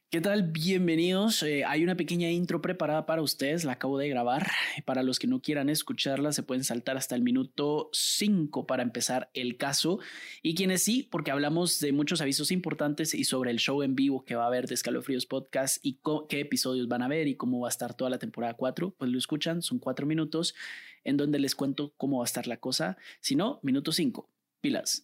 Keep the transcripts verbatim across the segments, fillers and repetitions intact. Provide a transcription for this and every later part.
¿Qué tal? Bienvenidos. Eh, hay una pequeña intro preparada para ustedes, la acabo de grabar. Para los que no quieran escucharla, se pueden saltar hasta el minuto cinco para empezar el caso. Y quienes sí, porque hablamos de muchos avisos importantes y sobre el show en vivo que va a haber de Escalofríos Podcast y qué episodios van a ver y cómo va a estar toda la temporada cuatro, pues lo escuchan, son cuatro minutos en donde les cuento cómo va a estar la cosa. Si no, minuto cinco. Pilas.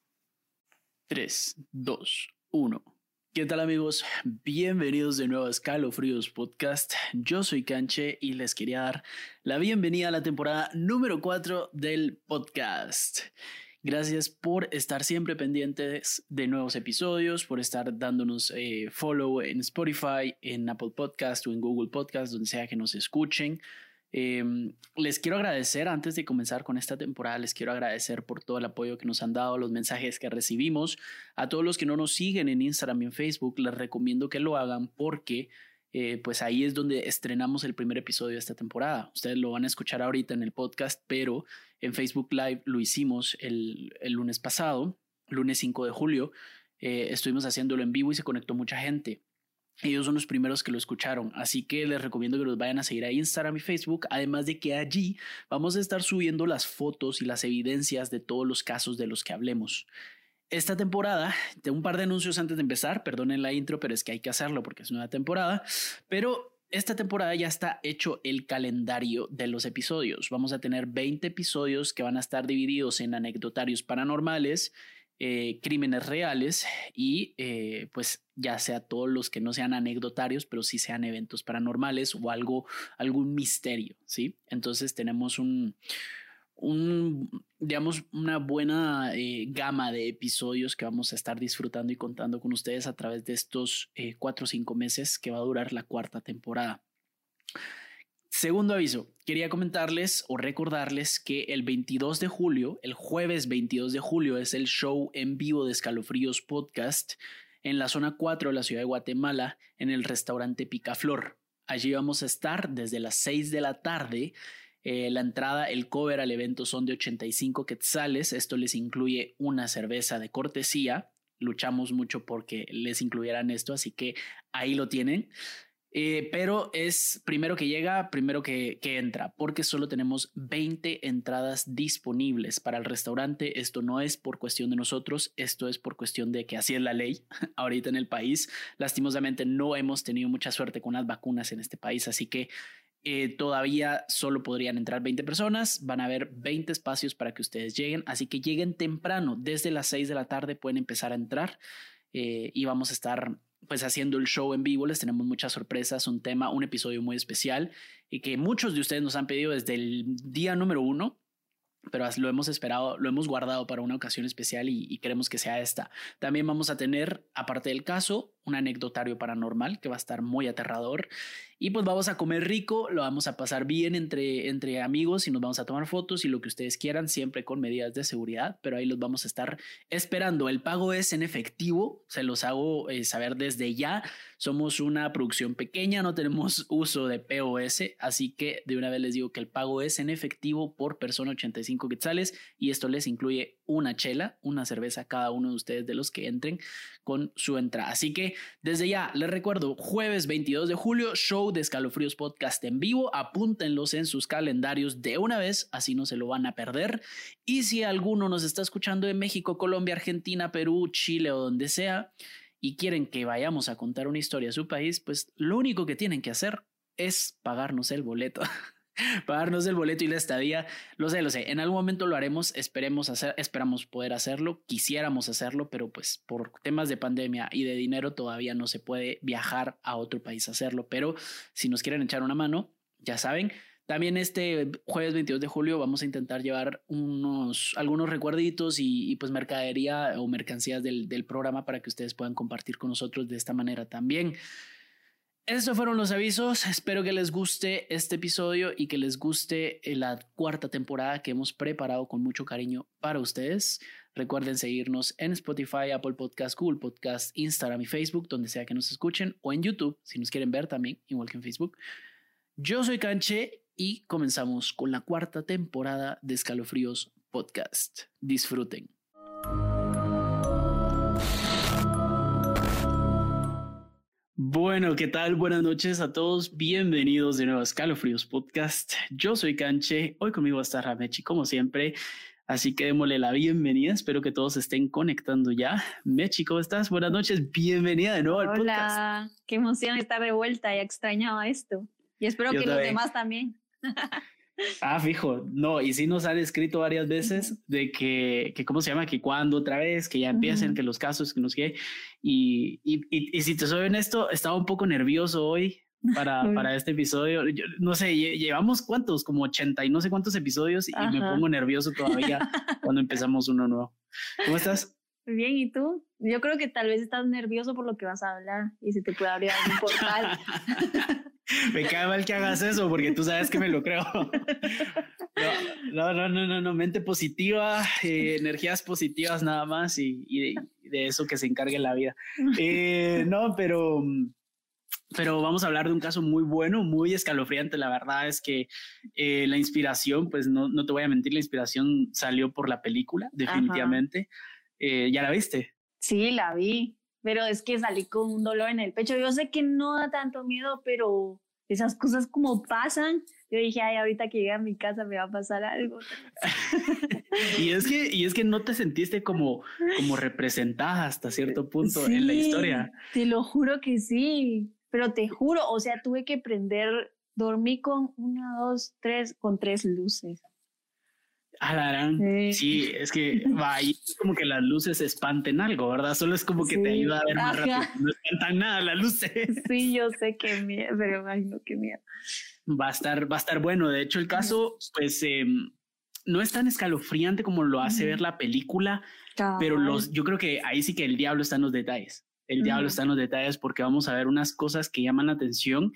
tres, dos, uno. ¿Qué tal, amigos? Bienvenidos de nuevo a Escalofríos Podcast. Yo soy Canche y les quería dar la bienvenida a la temporada número cuatro del podcast. Gracias por estar siempre pendientes de nuevos episodios, por estar dándonos eh, follow en Spotify, en Apple Podcast o en Google Podcast, donde sea que nos escuchen. Eh, les quiero agradecer, antes de comenzar con esta temporada, les quiero agradecer por todo el apoyo que nos han dado, los mensajes que recibimos. A todos los que no nos siguen en Instagram y en Facebook, les recomiendo que lo hagan porque eh, pues ahí es donde estrenamos el primer episodio de esta temporada. Ustedes lo van a escuchar ahorita en el podcast, pero en Facebook Live lo hicimos el, el lunes pasado, lunes cinco de julio. Eh, estuvimos haciéndolo en vivo y se conectó mucha gente. Ellos son los primeros que lo escucharon, así que les recomiendo que los vayan a seguir a Instagram y Facebook, además de que allí vamos a estar subiendo las fotos y las evidencias de todos los casos de los que hablemos. Esta temporada, tengo un par de anuncios antes de empezar, perdonen la intro, pero es que hay que hacerlo porque es nueva temporada, pero esta temporada ya está hecho el calendario de los episodios. Vamos a tener veinte episodios que van a estar divididos en anecdotarios paranormales, Eh, crímenes reales y eh, pues ya sea todos los que no sean anecdotarios, pero sí sean eventos paranormales o algo, algún misterio, ¿sí? Entonces tenemos un, un digamos, una buena eh, gama de episodios que vamos a estar disfrutando y contando con ustedes a través de estos eh, cuatro o cinco meses que va a durar la cuarta temporada. Segundo aviso, quería comentarles o recordarles que el veintidós de julio, el jueves veintidós de julio, es el show en vivo de Escalofríos Podcast en la zona cuatro de la ciudad de Guatemala, en el restaurante Picaflor. Allí vamos a estar desde las seis de la tarde. Eh, la entrada, el cover al evento son de ochenta y cinco quetzales. Esto les incluye una cerveza de cortesía. Luchamos mucho porque les incluyeran esto, así que ahí lo tienen. Eh, pero es primero que llega, primero que, que entra, porque solo tenemos veinte entradas disponibles para el restaurante. Esto no es por cuestión de nosotros, esto es por cuestión de que así es la ley ahorita en el país. Lastimosamente no hemos tenido mucha suerte con las vacunas en este país, así que eh, todavía solo podrían entrar veinte personas. Van a haber veinte espacios para que ustedes lleguen, así que lleguen temprano, desde las seis de la tarde pueden empezar a entrar eh, y vamos a estar pues haciendo el show en vivo. Les tenemos muchas sorpresas, un tema, un episodio muy especial y que muchos de ustedes nos han pedido desde el día número uno, pero lo hemos esperado, lo hemos guardado para una ocasión especial y, y queremos que sea esta. También vamos a tener, aparte del caso, un anecdotario paranormal que va a estar muy aterrador y pues vamos a comer rico, lo vamos a pasar bien entre, entre amigos y nos vamos a tomar fotos y lo que ustedes quieran, siempre con medidas de seguridad, pero ahí los vamos a estar esperando. El pago es en efectivo, se los hago eh, saber desde ya. Somos una producción pequeña, no tenemos uso de P O S, así que de una vez les digo que el pago es en efectivo por persona, ochenta y cinco quetzales, y esto les incluye una chela, una cerveza a cada uno de ustedes de los que entren con su entrada. Así que desde ya les recuerdo, jueves veintidós de julio, show de Escalofríos Podcast en vivo. Apúntenlos en sus calendarios de una vez, así no se lo van a perder. Y si alguno nos está escuchando de México, Colombia, Argentina, Perú, Chile o donde sea y quieren que vayamos a contar una historia a su país, pues lo único que tienen que hacer es pagarnos el boleto. Pagarnos el boleto y la estadía. Lo sé, lo sé. En algún momento lo haremos. Esperemos hacer, esperamos poder hacerlo. Quisiéramos hacerlo, pero pues por temas de pandemia y de dinero todavía no se puede viajar a otro país a hacerlo. Pero si nos quieren echar una mano, ya saben. También este jueves veintidós de julio vamos a intentar llevar unos, algunos recuerditos y, y pues mercadería o mercancías del, del programa para que ustedes puedan compartir con nosotros de esta manera también. Estos fueron los avisos. Espero que les guste este episodio y que les guste la cuarta temporada que hemos preparado con mucho cariño para ustedes. Recuerden seguirnos en Spotify, Apple Podcast, Google Podcast, Instagram y Facebook, donde sea que nos escuchen, o en YouTube, si nos quieren ver también, igual que en Facebook. Yo soy Canche y comenzamos con la cuarta temporada de Escalofríos Podcast. Disfruten. Bueno, ¿qué tal? Buenas noches a todos. Bienvenidos de nuevo a Escalofríos Podcast. Yo soy Canche. Hoy conmigo va a estar Mechi, como siempre. Así que démosle la bienvenida. Espero que todos estén conectando ya. Mechi, ¿cómo estás? Buenas noches. Bienvenida de nuevo Hola, al podcast. Hola, qué emoción estar de vuelta. Ya extrañaba esto. Y espero Yo que también. Los demás también. Ah, fijo, no, y sí nos han escrito varias veces uh-huh. de que, que, ¿cómo se llama? Que cuando otra vez, que ya empiecen, uh-huh. que los casos, que no sé qué. Y, y, y, y si te soy honesto, estaba un poco nervioso hoy para, uh-huh. para este episodio. Yo, no sé, llevamos cuántos, como ochenta y no sé cuántos episodios y uh-huh. me pongo nervioso todavía cuando empezamos uno nuevo. ¿Cómo estás? Bien, ¿y tú? Yo creo que tal vez estás nervioso por lo que vas a hablar y se te puede abrir algún portal. Me cae mal que hagas eso porque tú sabes que me lo creo. No, no, no, no, no. Mente positiva, eh, energías positivas nada más y, y, de, y de eso que se encargue la vida. Eh, no, pero, pero vamos a hablar de un caso muy bueno, muy escalofriante. La verdad es que eh, la inspiración, pues no, no te voy a mentir, la inspiración salió por la película, definitivamente. Eh, ¿Ya la viste? Sí, la vi. Pero es que salí con un dolor en el pecho. Yo sé que no da tanto miedo, pero esas cosas como pasan. Yo dije, ay, ahorita que llegue a mi casa me va a pasar algo. y, es que, y es que no te sentiste como, como representada hasta cierto punto sí, en la historia. Te lo juro que sí. Pero te juro, o sea, tuve que prender, dormí con una, dos, tres, con tres luces. Alarán, sí. sí, es que va ahí como que las luces espanten algo, ¿verdad? Solo es como que sí. te ayuda a ver más Ajá. rápido. No espantan nada las luces. Sí, yo sé que miedo, pero ay, no, qué miedo. Va a estar, va a estar bueno. De hecho, el caso, pues, eh, no es tan escalofriante como lo hace uh-huh. ver la película, Cabal. pero los, yo creo que ahí sí que el diablo está en los detalles. El uh-huh. diablo está en los detalles porque vamos a ver unas cosas que llaman la atención.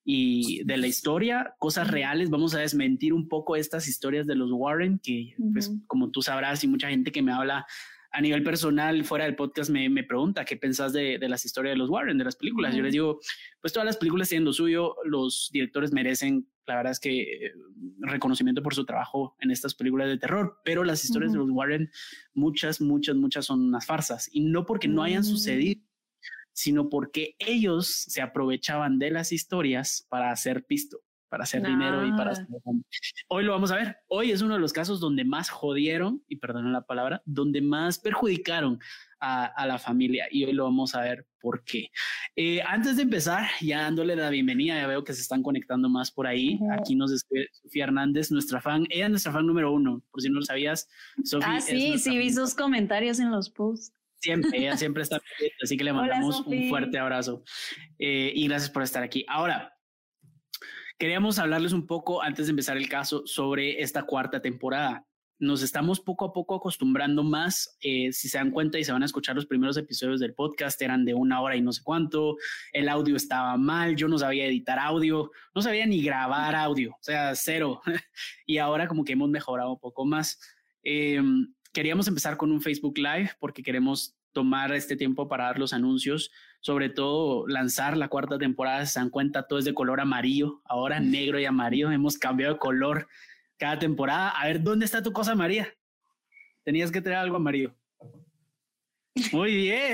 Y de la historia, cosas reales, vamos a desmentir un poco estas historias de los Warren, que uh-huh. pues como tú sabrás y mucha gente que me habla a nivel personal fuera del podcast me, me pregunta qué pensás de, de las historias de los Warren, de las películas. Uh-huh. Yo les digo, pues todas las películas tienen lo suyo, los directores merecen, la verdad es que eh, reconocimiento por su trabajo en estas películas de terror, pero las historias uh-huh. de los Warren, muchas, muchas, muchas son unas farsas y no porque uh-huh. no hayan sucedido, sino porque ellos se aprovechaban de las historias para hacer pisto, para hacer nah. dinero y para hacer... Hoy lo vamos a ver. Hoy es uno de los casos donde más jodieron, y perdonen la palabra, donde más perjudicaron a, a la familia. Y hoy lo vamos a ver por qué. Eh, antes de empezar, ya dándole la bienvenida, ya veo que se están conectando más por ahí. Uh-huh. Aquí nos escribe Sofía Hernández, nuestra fan. Ella es nuestra fan número uno, por si no lo sabías. Sofía ah, sí, sí, vi sus comentarios en los posts. Siempre, ella siempre está pendiente, así que le mandamos Hola, un fuerte abrazo eh, y gracias por estar aquí. Ahora, queríamos hablarles un poco antes de empezar el caso sobre esta cuarta temporada. Nos estamos poco a poco acostumbrando más, eh, si se dan cuenta y se van a escuchar los primeros episodios del podcast, eran de una hora y no sé cuánto, el audio estaba mal, yo no sabía editar audio, no sabía ni grabar audio, o sea, cero. Y ahora como que hemos mejorado un poco más. Eh, Queríamos empezar con un Facebook Live porque queremos tomar este tiempo para dar los anuncios, sobre todo lanzar la cuarta temporada. Si se dan cuenta, todo es de color amarillo, ahora negro y amarillo. Hemos cambiado de color cada temporada. A ver, ¿dónde está tu cosa, María? Tenías que tener algo amarillo. Muy bien.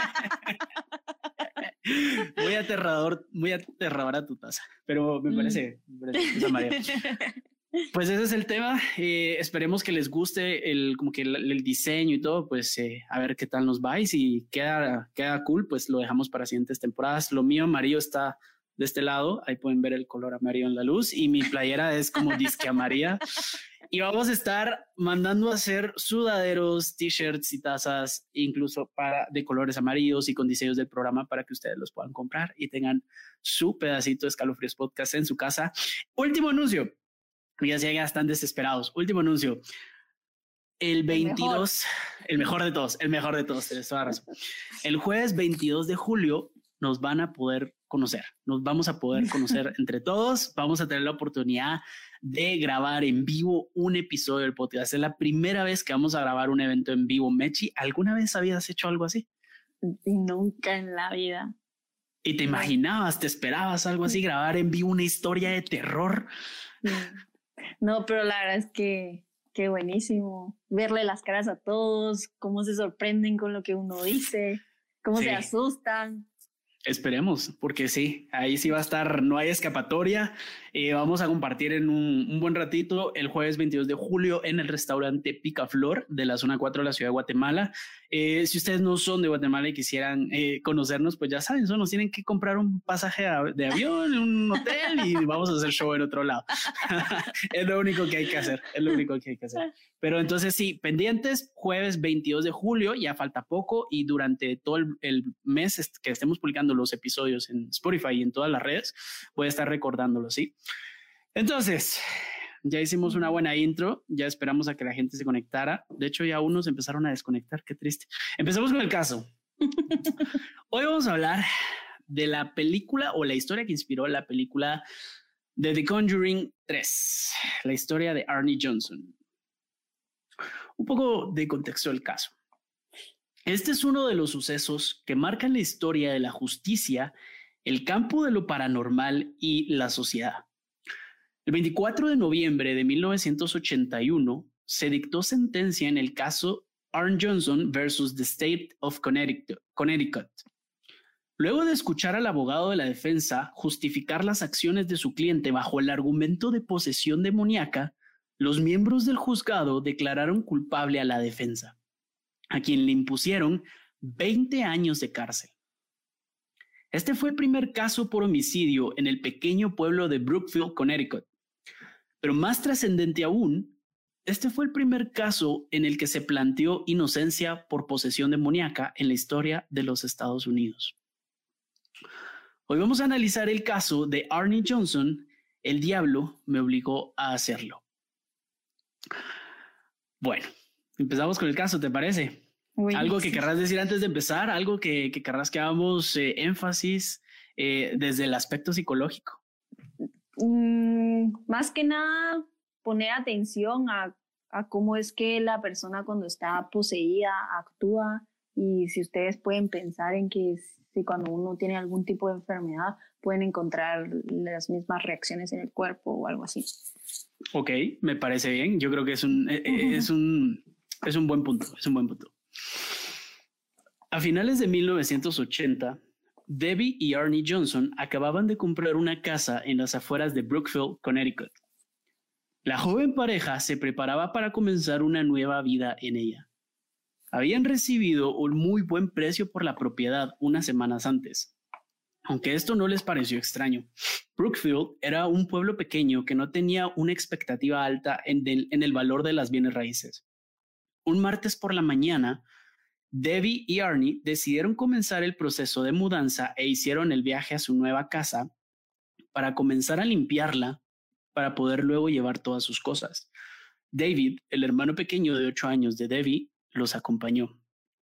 Muy aterrador, muy aterradora tu taza, pero me parece, me parece esa María. Pues ese es el tema. Eh, esperemos que les guste el, como que el, el diseño y todo. Pues eh, a ver qué tal nos va. Y si queda, queda cool, pues lo dejamos para siguientes temporadas. Lo mío amarillo está de este lado. Ahí pueden ver el color amarillo en la luz. Y mi playera es como disque amarilla. Y vamos a estar mandando a hacer sudaderos, t-shirts y tazas, incluso para, de colores amarillos y con diseños del programa para que ustedes los puedan comprar y tengan su pedacito de Escalofríos Podcast en su casa. Último anuncio. Ya se están desesperados. Último anuncio. El veintidós, el mejor. el mejor de todos, el mejor de todos, tienes toda la razón. El jueves veintidós de julio nos van a poder conocer, nos vamos a poder conocer entre todos, vamos a tener la oportunidad de grabar en vivo un episodio del podcast. Es la primera vez que vamos a grabar un evento en vivo. Mechi, ¿alguna vez habías hecho algo así? Nunca en la vida. ¿Y te imaginabas, te esperabas algo así, grabar en vivo una historia de terror? No, pero la verdad es que qué buenísimo verle las caras a todos, cómo se sorprenden con lo que uno dice, cómo sí. se asustan. Esperemos, porque sí, ahí sí va a estar, no hay escapatoria. Eh, vamos a compartir en un, un buen ratito el jueves veintidós de julio en el restaurante Picaflor de la zona cuatro de la ciudad de Guatemala. Eh, si ustedes no son de Guatemala y quisieran eh, conocernos, pues ya saben, solo nos tienen que comprar un pasaje de avión, un hotel y vamos a hacer show en otro lado. Es lo único que hay que hacer, es lo único que hay que hacer. Pero entonces sí, pendientes, jueves veintidós de julio, ya falta poco y durante todo el, el mes que estemos publicando los episodios en Spotify y en todas las redes, voy a estar recordándolo, ¿sí? Entonces, ya hicimos una buena intro, ya esperamos a que la gente se conectara. De hecho, ya unos empezaron a desconectar, qué triste. Empezamos con el caso. Hoy vamos a hablar de la película o la historia que inspiró la película de The Conjuring tres, la historia de Arne Johnson. Un poco de contexto del caso. Este es uno de los sucesos que marcan la historia de la justicia, el campo de lo paranormal y la sociedad. El veinticuatro de noviembre de mil novecientos ochenta y uno se dictó sentencia en el caso Arne Johnson versus the State of Connecticut. Luego de escuchar al abogado de la defensa justificar las acciones de su cliente bajo el argumento de posesión demoníaca, los miembros del juzgado declararon culpable a la defensa, a quien le impusieron veinte años de cárcel. Este fue el primer caso por homicidio en el pequeño pueblo de Brookfield, Connecticut. Pero más trascendente aún, este fue el primer caso en el que se planteó inocencia por posesión demoníaca en la historia de los Estados Unidos. Hoy vamos a analizar el caso de Arne Johnson, El diablo me obligó a hacerlo. Bueno, empezamos con el caso, ¿te parece? Uy, algo que sí. Querrás decir antes de empezar, algo que, que querrás que hagamos eh, énfasis eh, desde el aspecto psicológico. Mm, más que nada, poner atención a, a cómo es que la persona cuando está poseída actúa, y si ustedes pueden pensar en que si cuando uno tiene algún tipo de enfermedad pueden encontrar las mismas reacciones en el cuerpo o algo así. Ok, me parece bien. Yo creo que es un, uh-huh. es un, es un buen punto, es un buen punto. A finales de mil novecientos ochenta, Debbie y Arne Johnson acababan de comprar una casa en las afueras de Brookfield, Connecticut. La joven pareja se preparaba para comenzar una nueva vida en ella. Habían recibido un muy buen precio por la propiedad unas semanas antes. Aunque esto no les pareció extraño, Brookfield era un pueblo pequeño que no tenía una expectativa alta en el, en el valor de las bienes raíces. Un martes por la mañana, Debbie y Arne decidieron comenzar el proceso de mudanza e hicieron el viaje a su nueva casa para comenzar a limpiarla para poder luego llevar todas sus cosas. David, el hermano pequeño de ocho años de Debbie, los acompañó.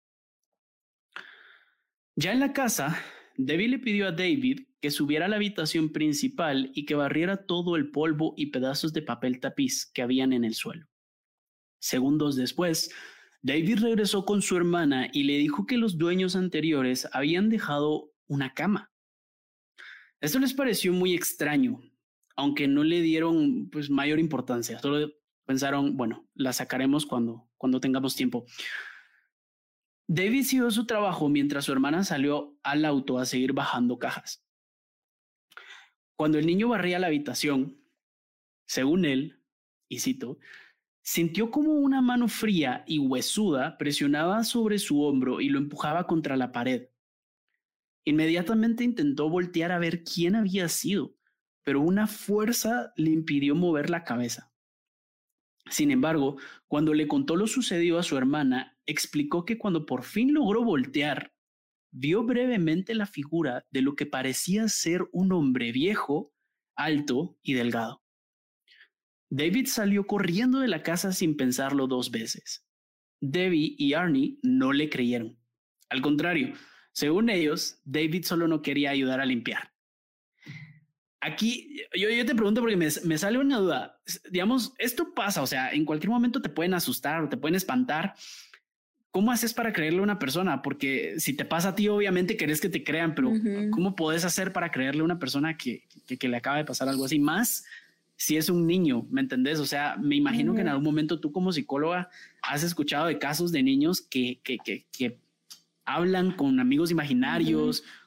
Ya en la casa, Debbie le pidió a David que subiera a la habitación principal y que barriera todo el polvo y pedazos de papel tapiz que habían en el suelo. Segundos después, David regresó con su hermana y le dijo que los dueños anteriores habían dejado una cama. Esto les pareció muy extraño, aunque no le dieron pues, mayor importancia. Solo pensaron, bueno, la sacaremos cuando, cuando tengamos tiempo. David siguió su trabajo mientras su hermana salió al auto a seguir bajando cajas. Cuando el niño barría la habitación, según él, y cito, sintió como una mano fría y huesuda presionaba sobre su hombro y lo empujaba contra la pared. Inmediatamente intentó voltear a ver quién había sido, pero una fuerza le impidió mover la cabeza. Sin embargo, cuando le contó lo sucedido a su hermana, explicó que cuando por fin logró voltear, vio brevemente la figura de lo que parecía ser un hombre viejo, alto y delgado. David salió corriendo de la casa sin pensarlo dos veces. Debbie y Arne no le creyeron. Al contrario, según ellos, David solo no quería ayudar a limpiar. Aquí yo, yo te pregunto porque me, me sale una duda. Digamos, esto pasa, o sea, en cualquier momento te pueden asustar o te pueden espantar. ¿Cómo haces para creerle a una persona? Porque si te pasa a ti, obviamente querés que te crean, pero uh-huh. ¿cómo podés hacer para creerle a una persona que, que, que le acaba de pasar algo así? Más si es un niño, ¿me entendés? O sea, me imagino uh-huh. que en algún momento tú como psicóloga has escuchado de casos de niños que, que, que, que hablan con amigos imaginarios, uh-huh.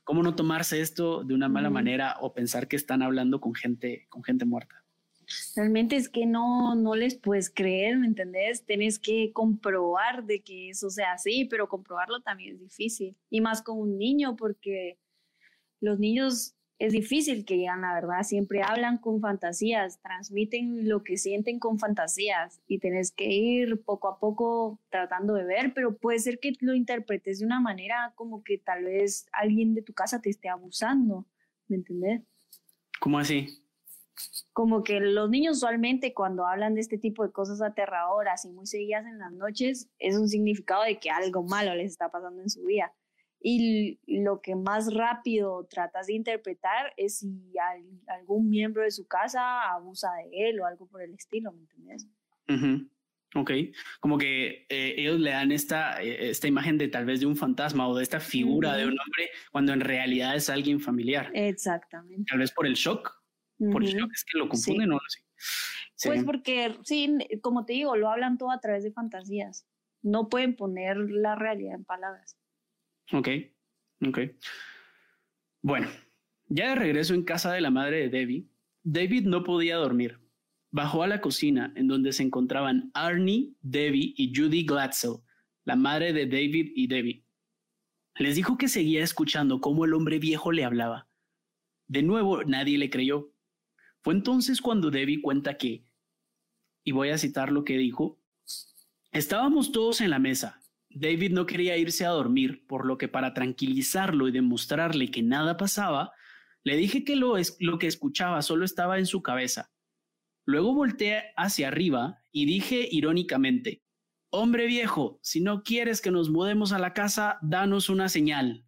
cómo no tomarse esto de una mala uh-huh. manera o pensar que están hablando con gente, con gente muerta. Realmente es que no, no les puedes creer, ¿me entendés? Tienes que comprobar de que eso sea así, pero comprobarlo también es difícil. Y más con un niño, porque los niños es difícil que digan la verdad. Siempre hablan con fantasías, transmiten lo que sienten con fantasías y tenés que ir poco a poco tratando de ver, pero puede ser que lo interpretes de una manera como que tal vez alguien de tu casa te esté abusando, ¿me entendés? ¿Cómo así? Como que los niños usualmente cuando hablan de este tipo de cosas aterradoras y muy seguidas en las noches es un significado de que algo malo les está pasando en su vida. Y lo que más rápido tratas de interpretar es si al, algún miembro de su casa abusa de él o algo por el estilo, ¿me entiendes? Uh-huh. Ok, como que eh, ellos le dan esta, esta imagen de tal vez de un fantasma o de esta figura uh-huh. de un hombre cuando en realidad es alguien familiar. Exactamente. Tal vez por el shock. Por uh-huh. el shock es que lo confunden, sí. ¿No? Sí. Sí. Pues porque, sí, como te digo, lo hablan todo a través de fantasías. No pueden poner la realidad en palabras. Ok, ok. Bueno, ya de regreso en casa de la madre de Debbie, David no podía dormir. Bajó a la cocina en donde se encontraban Arnie, Debbie y Judy Glatzel, la madre de David y Debbie. Les dijo que seguía escuchando cómo el hombre viejo le hablaba. De nuevo, nadie le creyó. Fue entonces cuando Debbie cuenta que, y voy a citar lo que dijo, estábamos todos en la mesa. David no quería irse a dormir, por lo que para tranquilizarlo y demostrarle que nada pasaba, le dije que lo, es, lo que escuchaba solo estaba en su cabeza. Luego volteé hacia arriba y dije irónicamente, hombre viejo, si no quieres que nos mudemos a la casa, danos una señal.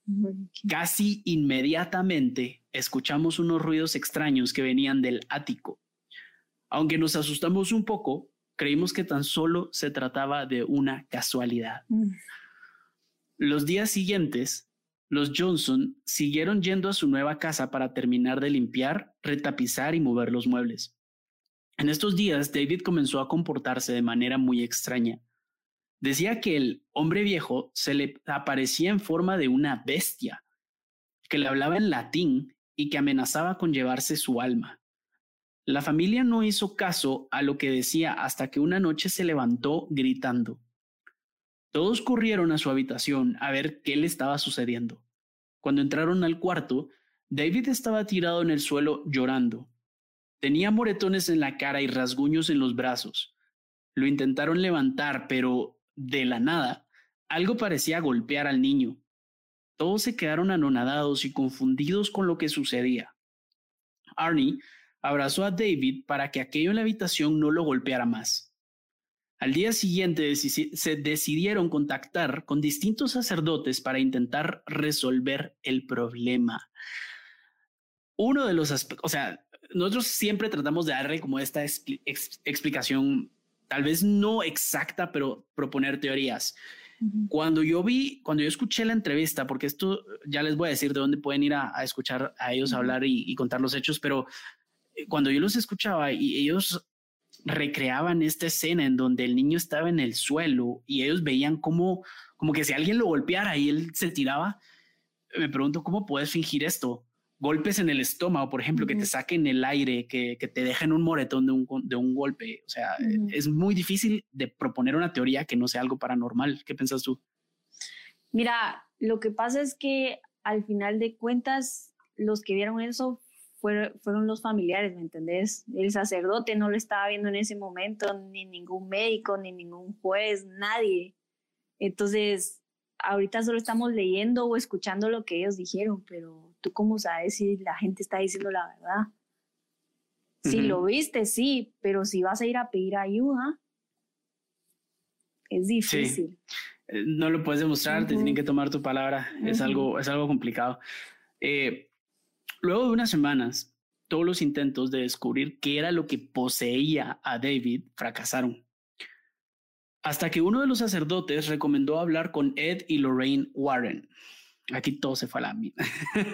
Casi inmediatamente escuchamos unos ruidos extraños que venían del ático. Aunque nos asustamos un poco, creímos que tan solo se trataba de una casualidad. Mm. Los días siguientes, los Johnson siguieron yendo a su nueva casa para terminar de limpiar, retapizar y mover los muebles. En estos días, David comenzó a comportarse de manera muy extraña. Decía que el hombre viejo se le aparecía en forma de una bestia, que le hablaba en latín y que amenazaba con llevarse su alma. La familia no hizo caso a lo que decía hasta que una noche se levantó gritando. Todos corrieron a su habitación a ver qué le estaba sucediendo. Cuando entraron al cuarto, David estaba tirado en el suelo llorando. Tenía moretones en la cara y rasguños en los brazos. Lo intentaron levantar, pero de la nada, algo parecía golpear al niño. Todos se quedaron anonadados y confundidos con lo que sucedía. Arnie abrazó a David para que aquello en la habitación no lo golpeara más. Al día siguiente se decidieron contactar con distintos sacerdotes para intentar resolver el problema. Uno de los aspectos, o sea, nosotros siempre tratamos de darle como esta expl- ex- explicación, tal vez no exacta, pero proponer teorías. Uh-huh. Cuando yo vi, cuando yo escuché la entrevista, porque esto ya les voy a decir de dónde pueden ir a, a escuchar a ellos uh-huh. hablar y, y contar los hechos, pero cuando yo los escuchaba y ellos recreaban esta escena en donde el niño estaba en el suelo y ellos veían como, como que si alguien lo golpeara y él se tiraba, me pregunto cómo puedes fingir esto. Golpes en el estómago, por ejemplo, uh-huh. que te saquen el aire, que, que te dejen un moretón de un, de un golpe. O sea, uh-huh. es muy difícil de proponer una teoría que no sea algo paranormal. ¿Qué piensas tú? Mira, lo que pasa es que al final de cuentas, los que vieron eso fueron, fueron los familiares, ¿me entendés? El sacerdote no lo estaba viendo en ese momento, ni ningún médico, ni ningún juez, nadie. Entonces, ahorita solo estamos leyendo o escuchando lo que ellos dijeron, pero ¿tú cómo sabes si la gente está diciendo la verdad? Uh-huh. Si lo viste, sí, pero si vas a ir a pedir ayuda, es difícil. Sí. No lo puedes demostrar, uh-huh. te tienen que tomar tu palabra, uh-huh. es, algo, es algo complicado. Eh, luego de unas semanas, todos los intentos de descubrir qué era lo que poseía a David fracasaron. Hasta que uno de los sacerdotes recomendó hablar con Ed y Lorraine Warren. Aquí todo se fue a la mina.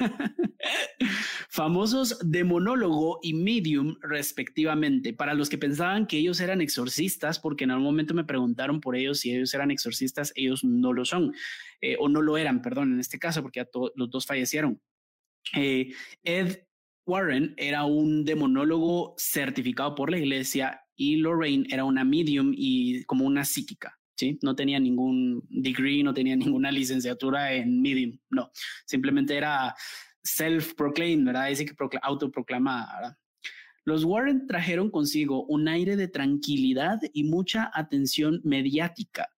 Famosos demonólogo y medium respectivamente. Para los que pensaban que ellos eran exorcistas, porque en algún momento me preguntaron por ellos si ellos eran exorcistas, ellos no lo son, eh, o no lo eran, perdón, en este caso, porque ya los dos fallecieron. Eh, Ed Warren era un demonólogo certificado por la iglesia y Lorraine era una medium y como una psíquica. ¿Sí? No tenía ningún degree, no tenía ninguna licenciatura en medium, no, simplemente era self-proclaimed, ¿verdad? Dice que autoproclamada, ¿verdad? Los Warren trajeron consigo un aire de tranquilidad y mucha atención mediática.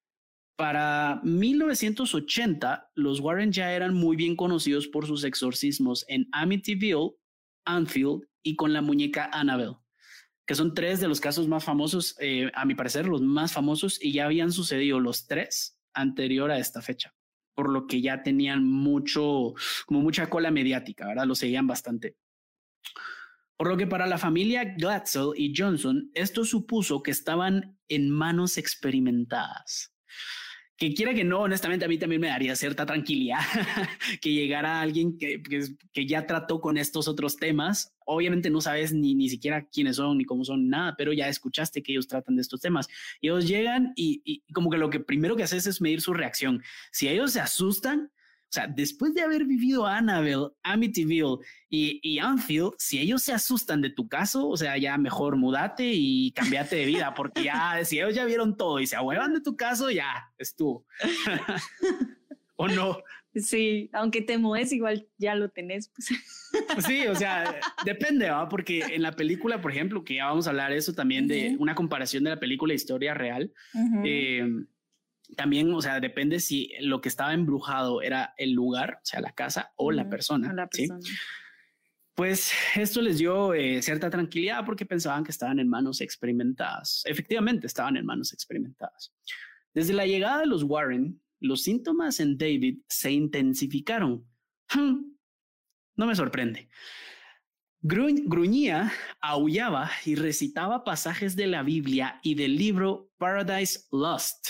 Para mil novecientos ochenta, los Warren ya eran muy bien conocidos por sus exorcismos en Amityville, Anfield y con la muñeca Annabelle, que son tres de los casos más famosos, eh, a mi parecer, los más famosos, y ya habían sucedido los tres anterior a esta fecha, por lo que ya tenían mucho, como mucha cola mediática, ¿verdad? Lo seguían bastante. Por lo que para la familia Glatzel y Johnson, esto supuso que estaban en manos experimentadas. Que quiera que no, honestamente a mí también me daría cierta tranquilidad que llegara alguien que, que, que ya trató con estos otros temas. Obviamente no sabes ni, ni siquiera quiénes son ni cómo son, nada, pero ya escuchaste que ellos tratan de estos temas. Y ellos llegan y, y como que lo que primero que haces es medir su reacción. Si ellos se asustan, o sea, después de haber vivido Annabelle, Amityville y, y Anfield, si ellos se asustan de tu caso, o sea, ya mejor mudate y cambiate de vida, porque ya, si ellos ya vieron todo y se ahuevan de tu caso, ya estuvo. ¿O no? Sí, aunque te mueves, igual ya lo tenés. Pues. Sí, o sea, depende, ¿va? Porque en la película, por ejemplo, que ya vamos a hablar eso también de una comparación de la película Historia Real, uh-huh. eh, también, o sea, depende si lo que estaba embrujado era el lugar, o sea, la casa o uh-huh. la persona. O la persona. ¿Sí? Pues esto les dio eh, cierta tranquilidad porque pensaban que estaban en manos experimentadas. Efectivamente, estaban en manos experimentadas. Desde la llegada de los Warren, los síntomas en David se intensificaron. Hmm, no me sorprende. Gru- gruñía, aullaba y recitaba pasajes de la Biblia y del libro Paradise Lost.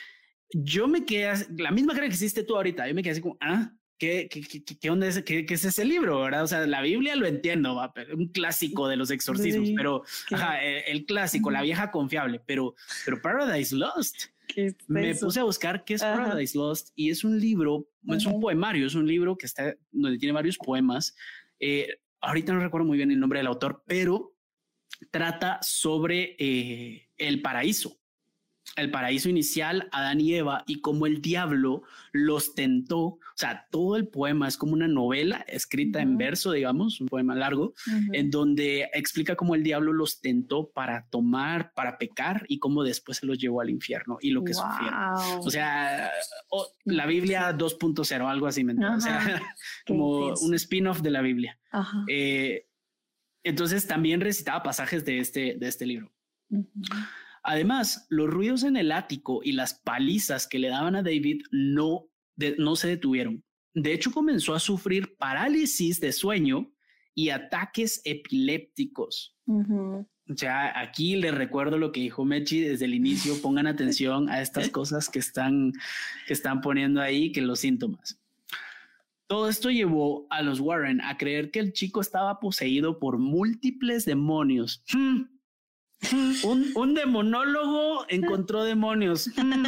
Yo me quedé, la misma cara que hiciste tú ahorita, yo me quedé así como, ah, ¿qué, qué, qué, qué, onda es, qué, qué es ese libro, verdad? O sea, la Biblia lo entiendo, ¿va? Un clásico de los exorcismos, sí, pero ajá, el, el clásico, la vieja confiable, pero, pero Paradise Lost. Es me eso? puse a buscar qué es Ajá. Paradise Lost y es un libro, uh-huh. es un poemario, es un libro que está, donde tiene varios poemas. Eh, ahorita no recuerdo muy bien el nombre del autor, pero trata sobre eh, el paraíso. El paraíso inicial, Adán y Eva, y cómo el diablo los tentó. O sea, todo el poema es como una novela escrita uh-huh. en verso, digamos, un poema largo, uh-huh. en donde explica cómo el diablo los tentó para tomar, para pecar, y cómo después se los llevó al infierno y lo que wow. sufrieron. O sea, oh, la Biblia dos punto cero, algo así, ¿me entiendes? Uh-huh. O sea, como intenso. Un spin-off de la Biblia. Uh-huh. Eh, entonces también recitaba pasajes de este, de este libro. Uh-huh. Además, los ruidos en el ático y las palizas que le daban a David no, de, no se detuvieron. De hecho, comenzó a sufrir parálisis de sueño y ataques epilépticos. Uh-huh. O sea, aquí les recuerdo lo que dijo Mechi desde el inicio. Pongan atención a estas cosas que están, que están poniendo ahí, que los síntomas. Todo esto llevó a los Warren a creer que el chico estaba poseído por múltiples demonios. Hmm. Un, un demonólogo encontró demonios.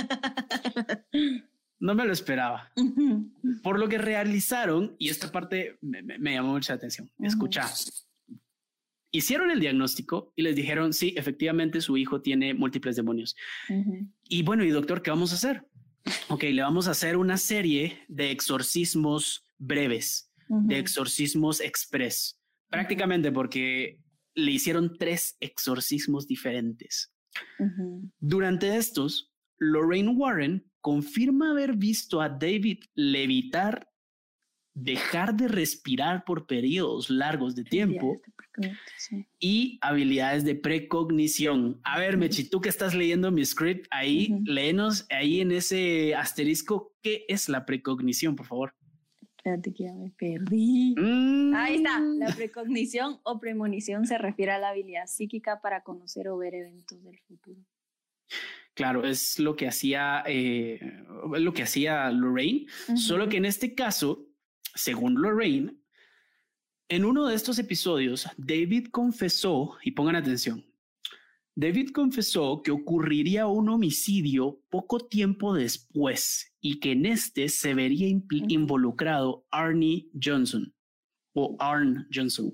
No me lo esperaba. Por lo que realizaron, y esta parte me, me, me llamó mucha atención. Escucha, hicieron el diagnóstico y les dijeron, sí, efectivamente su hijo tiene múltiples demonios. Uh-huh. Y bueno, y doctor, ¿qué vamos a hacer? Ok, le vamos a hacer una serie de exorcismos breves, uh-huh. de exorcismos express, prácticamente porque le hicieron tres exorcismos diferentes. Uh-huh. Durante estos, Lorraine Warren confirma haber visto a David levitar, dejar de respirar por periodos largos de tiempo sí. y habilidades de precognición. A ver, uh-huh. Mechi, tú que estás leyendo mi script, ahí, uh-huh. léenos ahí en ese asterisco, ¿qué es la precognición, por favor? Espérate que ya me perdí. Mm. Ahí está. La precognición o premonición se refiere a la habilidad psíquica para conocer o ver eventos del futuro. Claro, es lo que hacía, eh, lo que hacía Lorraine, uh-huh. Solo que en este caso, según Lorraine, en uno de estos episodios, David confesó, y pongan atención, David confesó que ocurriría un homicidio poco tiempo después y que en este se vería impl- involucrado Arnie Johnson o Arn Johnson.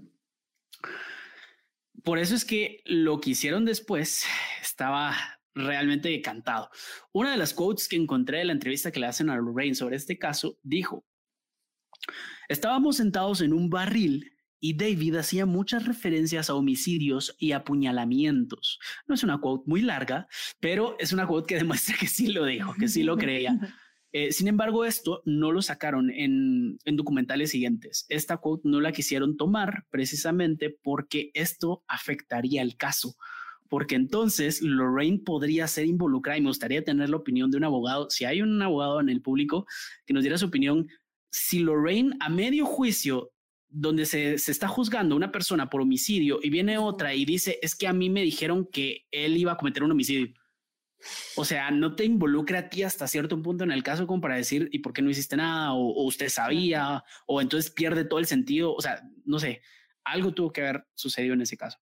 Por eso es que lo que hicieron después estaba realmente decantado. Una de las quotes que encontré de la entrevista que le hacen a Lorraine sobre este caso dijo: estábamos sentados en un barril y David hacía muchas referencias a homicidios y apuñalamientos. No es una quote muy larga, pero es una quote que demuestra que sí lo dijo, que sí lo creía. Eh, sin embargo, esto no lo sacaron en, en documentales siguientes. Esta quote no la quisieron tomar precisamente porque esto afectaría el caso. Porque entonces Lorraine podría ser involucrada, y me gustaría tener la opinión de un abogado. Si hay un abogado en el público que nos diera su opinión, si Lorraine a medio juicio donde se, se está juzgando a una persona por homicidio y viene otra y dice, es que a mí me dijeron que él iba a cometer un homicidio. O sea, no te involucra a ti hasta cierto punto en el caso como para decir, ¿y por qué no hiciste nada? O, o usted sabía, o entonces pierde todo el sentido. O sea, no sé, algo tuvo que haber sucedido en ese caso.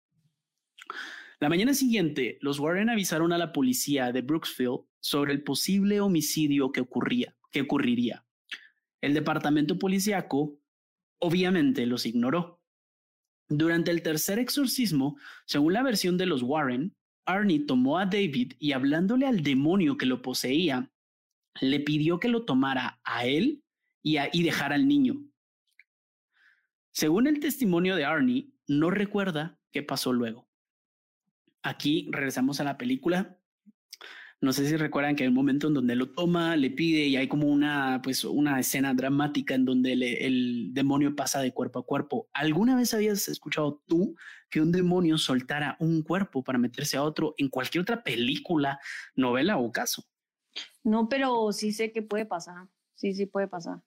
La mañana siguiente, los Warren avisaron a la policía de Brooksville sobre el posible homicidio que ocurría, que ocurriría. El departamento policíaco obviamente los ignoró. Durante el tercer exorcismo, según la versión de los Warren, Arnie tomó a David y, hablándole al demonio que lo poseía, le pidió que lo tomara a él y, a, y dejara al niño. Según el testimonio de Arnie, no recuerda qué pasó luego. Aquí regresamos a la película. No sé si recuerdan que hay un momento en donde lo toma, le pide y hay como una, pues, una escena dramática en donde le, el demonio pasa de cuerpo a cuerpo. ¿Alguna vez habías escuchado tú que un demonio soltara un cuerpo para meterse a otro en cualquier otra película, novela o caso? No, pero sí sé que puede pasar. Sí, sí puede pasar.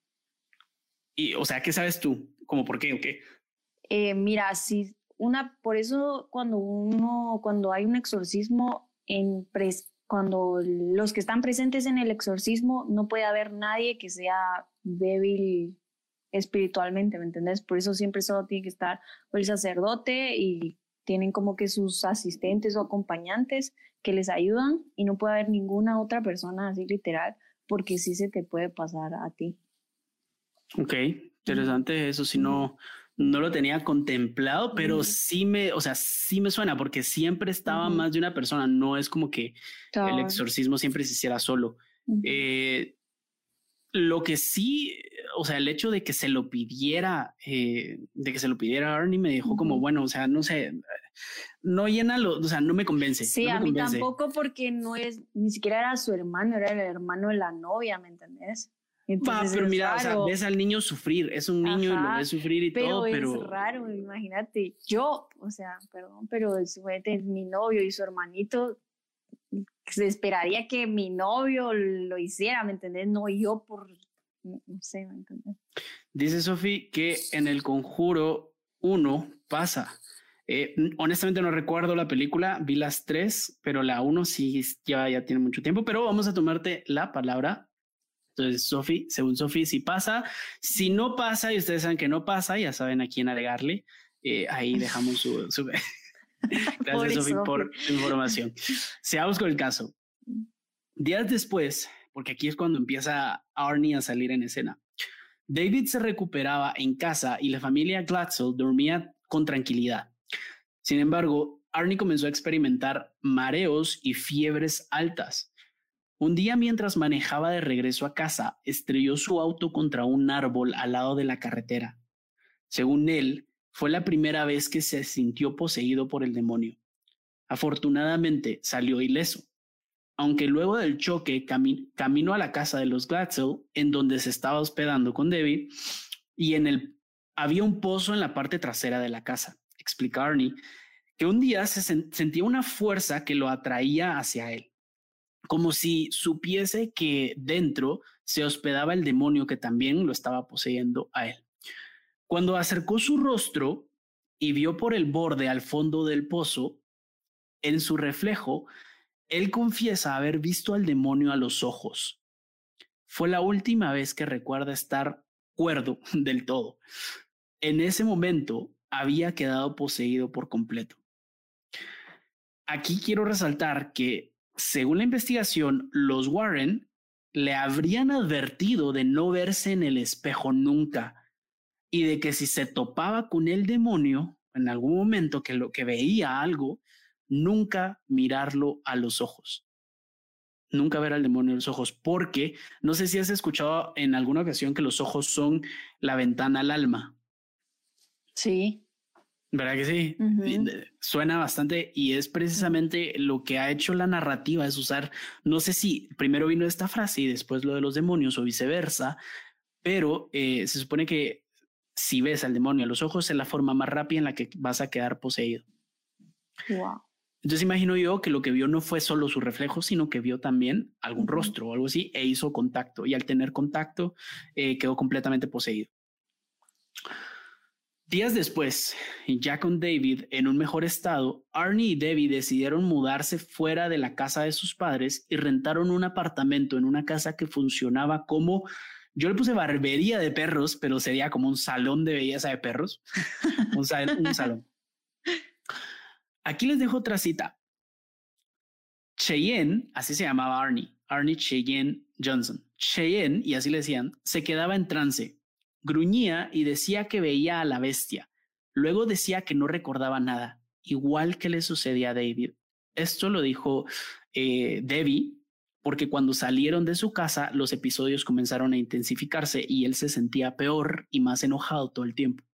Y, o sea, ¿qué sabes tú? ¿Cómo por qué o qué? Eh, mira, sí, una, por eso cuando uno, cuando hay un exorcismo en pres cuando los que están presentes en el exorcismo no puede haber nadie que sea débil espiritualmente, ¿me entendés? Por eso siempre solo tiene que estar el sacerdote y tienen como que sus asistentes o acompañantes que les ayudan y no puede haber ninguna otra persona así literal porque sí se te puede pasar a ti. Ok, interesante eso, si no... No lo tenía contemplado, pero uh-huh. sí me, o sea, sí me suena porque siempre estaba uh-huh. más de una persona. No es como que claro. El exorcismo siempre se hiciera solo. Uh-huh. Eh, lo que sí, o sea, el hecho de que se lo pidiera, eh, de que se lo pidiera Arnie me dejó uh-huh. como, bueno, o sea, no sé, no llena lo, o sea, no me convence. Sí, no me a mí convence. tampoco porque no es, ni siquiera era su hermano, era el hermano de la novia, ¿me entendés? Va, pero mira, raro. O sea, ves al niño sufrir, es un niño. Ajá, y lo ves sufrir y pero todo, es pero es raro, imagínate, yo, o sea, perdón, pero es, mi novio y su hermanito, se esperaría que mi novio lo hiciera, ¿me entendés? No yo por, no sé, ¿me entendés? Dice Sofi que en El Conjuro uno pasa. Eh, honestamente no recuerdo la película, vi las tres, pero la uno sí ya, ya tiene mucho tiempo, pero vamos a tomarte la palabra. Entonces, Sofi, según Sofi, sí pasa. Si no pasa y ustedes saben que no pasa, ya saben a quién agregarle. Eh, ahí dejamos su... su... Gracias, Sofi, por tu información. Sigamos con el caso. Días después, porque aquí es cuando empieza Arnie a salir en escena, David se recuperaba en casa y la familia Glatzel dormía con tranquilidad. Sin embargo, Arnie comenzó a experimentar mareos y fiebres altas. Un día, mientras manejaba de regreso a casa, estrelló su auto contra un árbol al lado de la carretera. Según él, fue la primera vez que se sintió poseído por el demonio. Afortunadamente, salió ileso, aunque luego del choque cami- caminó a la casa de los Glatzel, en donde se estaba hospedando con David, y en el había un pozo en la parte trasera de la casa. Explica Arnie que un día se sen- sentía una fuerza que lo atraía hacia él, como si supiese que dentro se hospedaba el demonio que también lo estaba poseyendo a él. Cuando acercó su rostro y vio por el borde al fondo del pozo, en su reflejo, Él confiesa haber visto al demonio a los ojos. Fue la última vez que recuerda estar cuerdo del todo. En ese momento había quedado poseído por completo. Aquí quiero resaltar que, según la investigación, los Warren le habrían advertido de no verse en el espejo nunca y de que si se topaba con el demonio en algún momento, que lo que veía algo, nunca mirarlo a los ojos. Nunca ver al demonio a los ojos, porque no sé si has escuchado en alguna ocasión que los ojos son la ventana al alma. Sí. ¿Verdad que sí? Uh-huh. Suena bastante y es precisamente uh-huh. lo que ha hecho la narrativa, es usar, no sé si primero vino esta frase y después lo de los demonios o viceversa, pero eh, se supone que si ves al demonio a los ojos es la forma más rápida en la que vas a quedar poseído. Wow. Entonces imagino yo que lo que vio no fue solo su reflejo, sino que vio también algún uh-huh. rostro o algo así e hizo contacto, y al tener contacto eh, quedó completamente poseído. Días después, ya con David en un mejor estado, Arnie y Debbie decidieron mudarse fuera de la casa de sus padres y rentaron un apartamento en una casa que funcionaba como, yo le puse barbería de perros, pero sería como un salón de belleza de perros, un, sal, un salón. Aquí les dejo otra cita. Cheyenne, así se llamaba Arnie, Arnie Cheyenne Johnson. Cheyenne, y así le decían, se quedaba en trance. Gruñía y decía que veía a la bestia. Luego decía que no recordaba nada, igual que le sucedía a David. Esto lo dijo eh, Debbie, porque cuando salieron de su casa, los episodios comenzaron a intensificarse y él se sentía peor y más enojado todo el tiempo.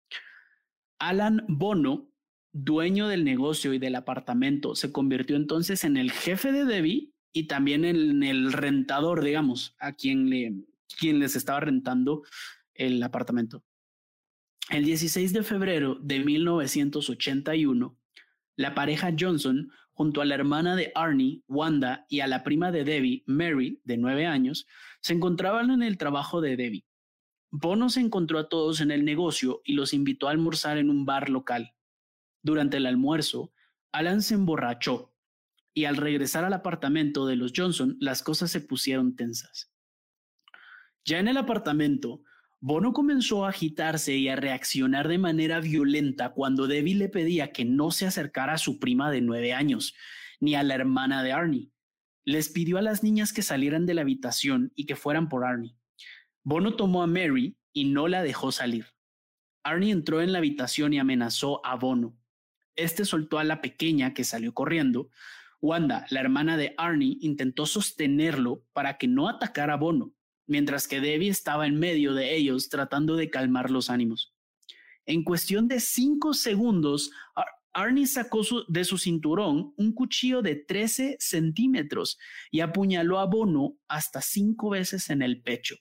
Alan Bono, dueño del negocio y del apartamento, se convirtió entonces en el jefe de Debbie y también en el rentador, digamos, a quien, le, quien les estaba rentando el apartamento. El dieciséis de febrero de mil novecientos ochenta y uno, la pareja Johnson, junto a la hermana de Arnie, Wanda, y a la prima de Debbie, Mary, de nueve años, se encontraban en el trabajo de Debbie. Bono se encontró a todos en el negocio y los invitó a almorzar en un bar local. Durante el almuerzo, Alan se emborrachó y al regresar al apartamento de los Johnson, las cosas se pusieron tensas. Ya en el apartamento, Bono comenzó a agitarse y a reaccionar de manera violenta cuando Debbie le pedía que no se acercara a su prima de nueve años, ni a la hermana de Arnie. Les pidió a las niñas que salieran de la habitación y que fueran por Arnie. Bono tomó a Mary y no la dejó salir. Arnie entró en la habitación y amenazó a Bono. Este soltó a la pequeña, que salió corriendo. Wanda, la hermana de Arnie, intentó sostenerlo para que no atacara a Bono, mientras que Debbie estaba en medio de ellos tratando de calmar los ánimos. En cuestión de cinco segundos, Ar- Arnie sacó su, de su cinturón un cuchillo de trece centímetros y apuñaló a Bono hasta cinco veces en el pecho.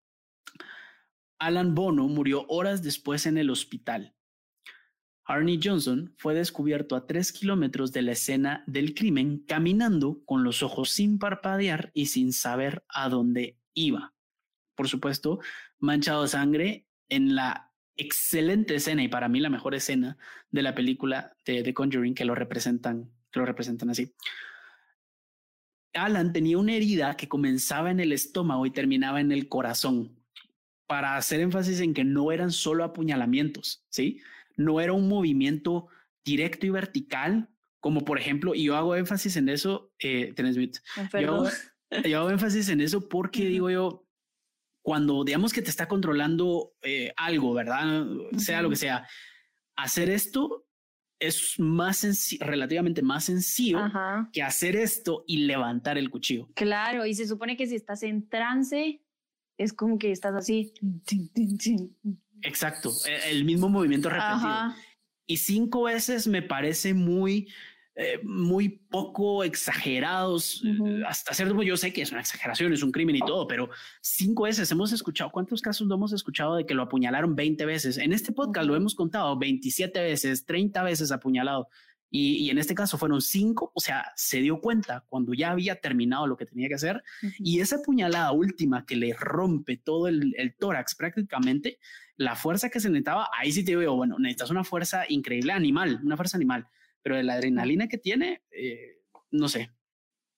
Alan Bono murió horas después en el hospital. Arnie Johnson fue descubierto a tres kilómetros de la escena del crimen, caminando con los ojos sin parpadear y sin saber a dónde iba. Por supuesto, manchado de sangre en la excelente escena, y para mí la mejor escena de la película de The Conjuring, que lo representan, que lo representan así. Alan tenía una herida que comenzaba en el estómago y terminaba en el corazón, para hacer énfasis en que no eran solo apuñalamientos, ¿sí? No era un movimiento directo y vertical, como por ejemplo, y yo hago énfasis en eso, eh, Tenesmith, yo, yo hago énfasis en eso porque uh-huh. digo yo, cuando digamos que te está controlando eh, algo, ¿verdad? Uh-huh. Sea lo que sea, hacer esto es más senc- relativamente más sencillo uh-huh. que hacer esto y levantar el cuchillo. Claro, y se supone que si estás en trance, es como que estás así. Exacto, el mismo movimiento repetido. Ajá. Y cinco veces me parece muy, eh, muy poco exagerados. Uh-huh. Hasta cierto punto yo sé que es una exageración, es un crimen y todo, pero cinco veces hemos escuchado. ¿Cuántos casos no hemos escuchado de que lo apuñalaron veinte veces? En este podcast uh-huh. lo hemos contado veintisiete veces, treinta veces apuñalado. Y, y en este caso fueron cinco, o sea, se dio cuenta cuando ya había terminado lo que tenía que hacer. Uh-huh. Y esa puñalada última que le rompe todo el, el tórax prácticamente, la fuerza que se necesitaba, ahí sí te digo, bueno, necesitas una fuerza increíble animal, una fuerza animal, pero de la adrenalina que tiene, eh, no sé.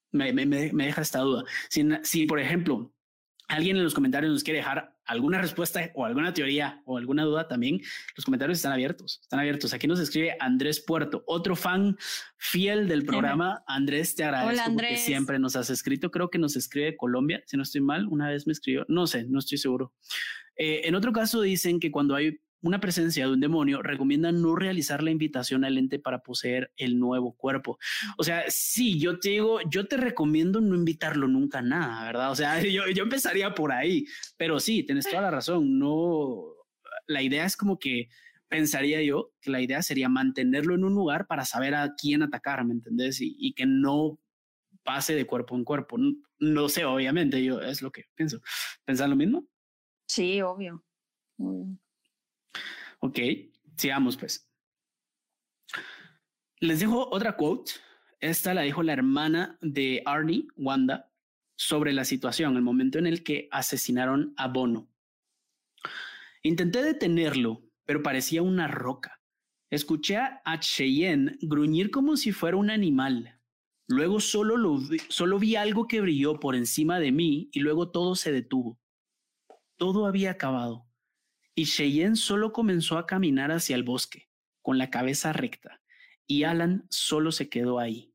me, me, me deja esta duda. Si, si, por ejemplo, alguien en los comentarios nos quiere dejar alguna respuesta o alguna teoría o alguna duda, también los comentarios están abiertos, están abiertos. Aquí nos escribe Andrés Puerto, otro fan fiel del programa. Andrés, te agradezco. Hola, Andrés. Porque siempre nos has escrito. Creo que nos escribe de Colombia, si no estoy mal. Una vez me escribió, no sé, no estoy seguro. Eh, en otro caso dicen que cuando hay una presencia de un demonio, recomiendan no realizar la invitación al ente para poseer el nuevo cuerpo. O sea, sí, yo te digo, yo te recomiendo no invitarlo nunca a nada, ¿verdad? O sea, yo, yo empezaría por ahí, pero sí, tienes toda la razón. No, la idea es como que pensaría yo que la idea sería mantenerlo en un lugar para saber a quién atacar, ¿me entendés? Y, y que no pase de cuerpo en cuerpo. No, no sé, obviamente, yo es lo que pienso. ¿Pensás lo mismo? Sí, obvio. obvio. Ok, sigamos pues. Les dejo otra quote. Esta la dijo la hermana de Arnie, Wanda, sobre la situación, el momento en el que asesinaron a Bono. Intenté detenerlo, pero parecía una roca. Escuché a Cheyenne gruñir como si fuera un animal. Luego solo, lo vi, solo vi algo que brilló por encima de mí y luego todo se detuvo. Todo había acabado. Y Cheyenne solo comenzó a caminar hacia el bosque, con la cabeza recta, y Alan solo se quedó ahí.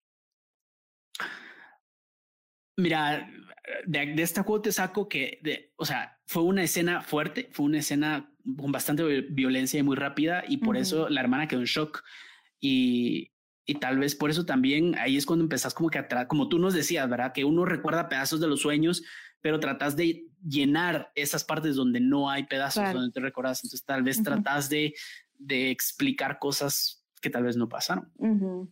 Mira, de, de esta quote saco que, de, o sea, fue una escena fuerte, fue una escena con bastante violencia y muy rápida, y por uh-huh. eso la hermana quedó en shock. Y, y tal vez por eso también ahí es cuando empezás como que atrás, como tú nos decías, ¿verdad? Que uno recuerda pedazos de los sueños, pero tratas de llenar esas partes donde no hay pedazos, claro. donde te recuerdas. Entonces tal vez uh-huh. tratas de, de explicar cosas que tal vez no pasaron. Uh-huh.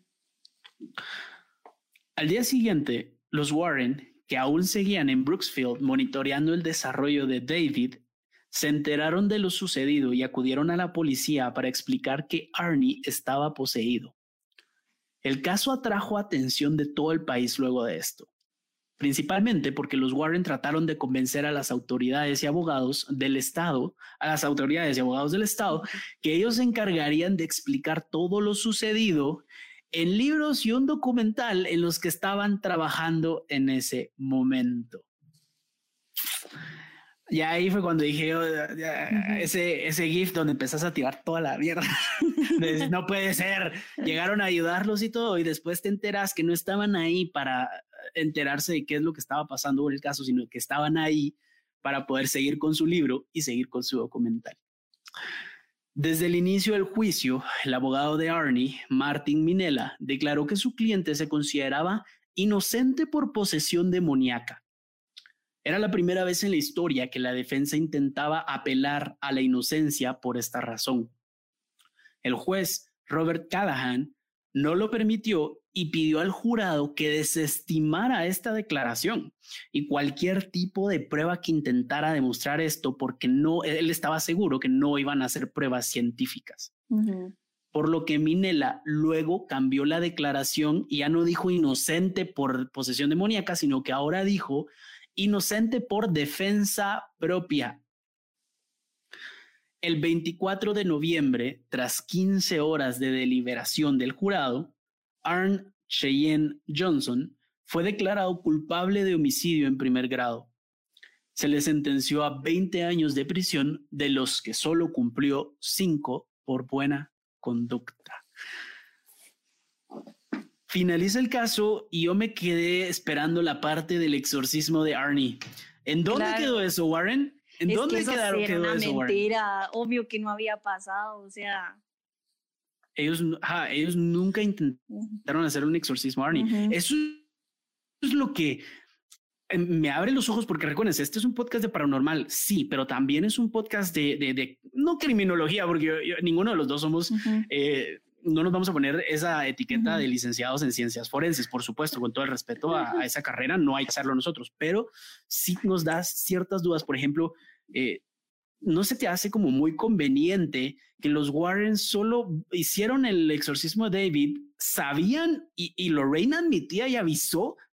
Al día siguiente, los Warren, que aún seguían en Brooksfield monitoreando el desarrollo de David, se enteraron de lo sucedido y acudieron a la policía para explicar que Arnie estaba poseído. El caso atrajo atención de todo el país luego de esto. Principalmente porque los Warren trataron de convencer a las autoridades y abogados del estado, a las autoridades y abogados del estado, que ellos se encargarían de explicar todo lo sucedido en libros y un documental en los que estaban trabajando en ese momento. Y ahí fue cuando dije, oh, ya, uh-huh. ese, ese GIF donde empezás a tirar toda la mierda. No puede ser. Llegaron a ayudarlos y todo, y después te enteras que no estaban ahí para enterarse de qué es lo que estaba pasando en el caso, sino que estaban ahí para poder seguir con su libro y seguir con su documental. Desde el inicio del juicio, el abogado de Arnie, Martin Minella, declaró que su cliente se consideraba inocente por posesión demoníaca. Era la primera vez en la historia que la defensa intentaba apelar a la inocencia por esta razón. El juez Robert Callahan no lo permitió y pidió al jurado que desestimara esta declaración y cualquier tipo de prueba que intentara demostrar esto, porque no, él estaba seguro que no iban a hacer pruebas científicas. Uh-huh. Por lo que Minella luego cambió la declaración y ya no dijo inocente por posesión demoníaca, sino que ahora dijo inocente por defensa propia. El veinticuatro de noviembre, tras quince horas de deliberación del jurado, Arne Cheyenne Johnson fue declarado culpable de homicidio en primer grado. Se le sentenció a veinte años de prisión, de los que solo cumplió cinco por buena conducta. Finaliza el caso y yo me quedé esperando la parte del exorcismo de Arnie. ¿En dónde claro. quedó eso, Warren? ¿En es dónde que eso quedaron, era quedó una eso, mentira, Warren? Obvio que no había pasado, o sea... Ellos, ajá, ellos nunca intentaron uh-huh. hacer un exorcismo a Arnie. Uh-huh. Eso es lo que me abre los ojos, porque recuerden, este es un podcast de paranormal, sí, pero también es un podcast de, de, de no criminología, porque yo, yo, ninguno de los dos somos... Uh-huh. eh, no nos vamos a poner esa etiqueta uh-huh. de licenciados en ciencias forenses, por supuesto, con todo el respeto a, a esa carrera, no hay que hacerlo nosotros, pero sí nos da ciertas dudas. Por ejemplo, eh, ¿no se te hace como muy conveniente que los Warren solo hicieron el exorcismo de David, sabían y, y Lorraine admitía y avisó que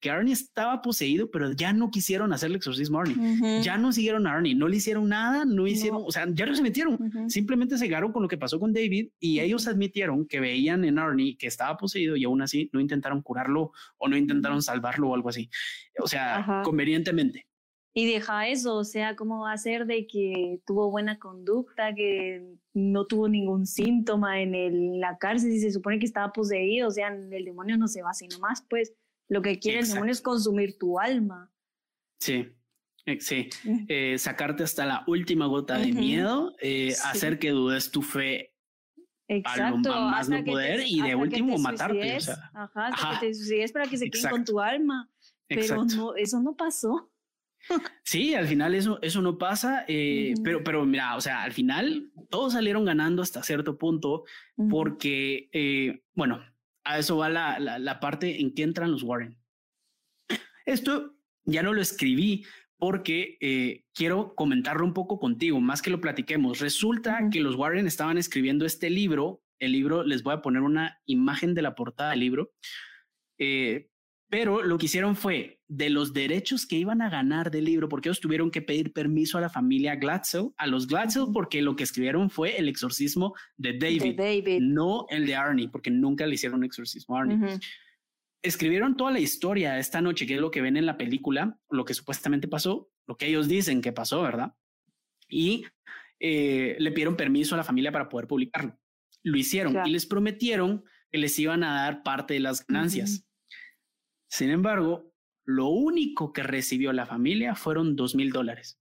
que Arnie estaba poseído, pero ya no quisieron hacer el exorcismo a Arnie. Uh-huh. Ya no siguieron a Arnie, no le hicieron nada, no hicieron, no. o sea, ya no se metieron. Uh-huh. Simplemente se llegaron con lo que pasó con David y uh-huh. ellos admitieron que veían en Arnie que estaba poseído y aún así no intentaron curarlo o no intentaron salvarlo o algo así. O sea, uh-huh. convenientemente. Y deja eso, o sea, ¿cómo va a ser de que tuvo buena conducta, que no tuvo ningún síntoma en el, la cárcel si se supone que estaba poseído? O sea, el demonio no se va así nomás, pues lo que quiere Exacto. el demonio es consumir tu alma. Sí, sí, uh-huh. eh, sacarte hasta la última gota uh-huh. de miedo, eh, sí. hacer que dudes tu fe. Exacto, a lo más no poder te, y de último matarte. O sea. Ajá, hasta Ajá. que te suicides para que se queden con tu alma. Pero Exacto. no, eso no pasó. Sí, al final eso, eso no pasa, eh, uh-huh. pero, pero mira, o sea, al final todos salieron ganando hasta cierto punto uh-huh. porque, eh, bueno, a eso va la, la, la parte en que entran los Warren. Esto ya no lo escribí porque eh, quiero comentarlo un poco contigo, más que lo platiquemos. Resulta uh-huh. que los Warren estaban escribiendo este libro, el libro, les voy a poner una imagen de la portada del libro, eh, pero lo que hicieron fue de los derechos que iban a ganar del libro, porque ellos tuvieron que pedir permiso a la familia Glatzel, a los Glatzel, uh-huh. porque lo que escribieron fue el exorcismo de David, de David, no el de Arnie, porque nunca le hicieron un exorcismo a Arnie. Uh-huh. Escribieron toda la historia esta noche, que es lo que ven en la película, lo que supuestamente pasó, lo que ellos dicen que pasó, ¿verdad? Y eh, le pidieron permiso a la familia para poder publicarlo. Lo hicieron claro. y les prometieron que les iban a dar parte de las ganancias. Uh-huh. Sin embargo, lo único que recibió la familia fueron dos mil dólares.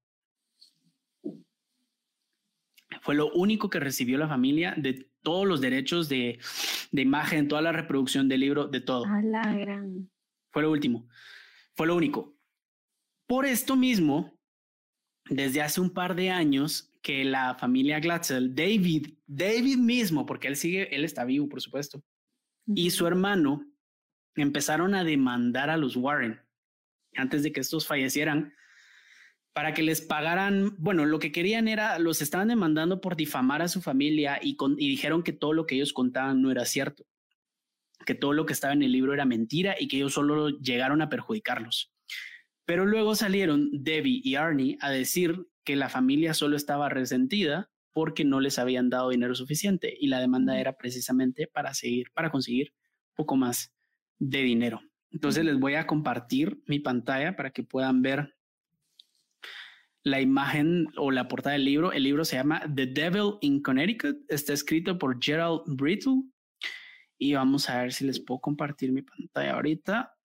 Fue lo único que recibió la familia de todos los derechos de, de imagen, toda la reproducción del libro, de todo. A la gran. Fue lo último. Fue lo único. Por esto mismo, desde hace un par de años que la familia Glatzel, David, David mismo, porque él sigue, él está vivo, por supuesto, uh-huh. y su hermano empezaron a demandar a los Warren antes de que estos fallecieran para que les pagaran. Bueno, lo que querían era, los estaban demandando por difamar a su familia y, con, y dijeron que todo lo que ellos contaban no era cierto, que todo lo que estaba en el libro era mentira y que ellos solo llegaron a perjudicarlos. Pero luego salieron Debbie y Arnie a decir que la familia solo estaba resentida porque no les habían dado dinero suficiente y la demanda era precisamente para seguir, para conseguir poco más de dinero. Entonces les voy a compartir mi pantalla para que puedan ver la imagen o la portada del libro. El libro se llama The Devil in Connecticut. Está escrito por Gerald Brittle y vamos a ver si les puedo compartir mi pantalla ahorita.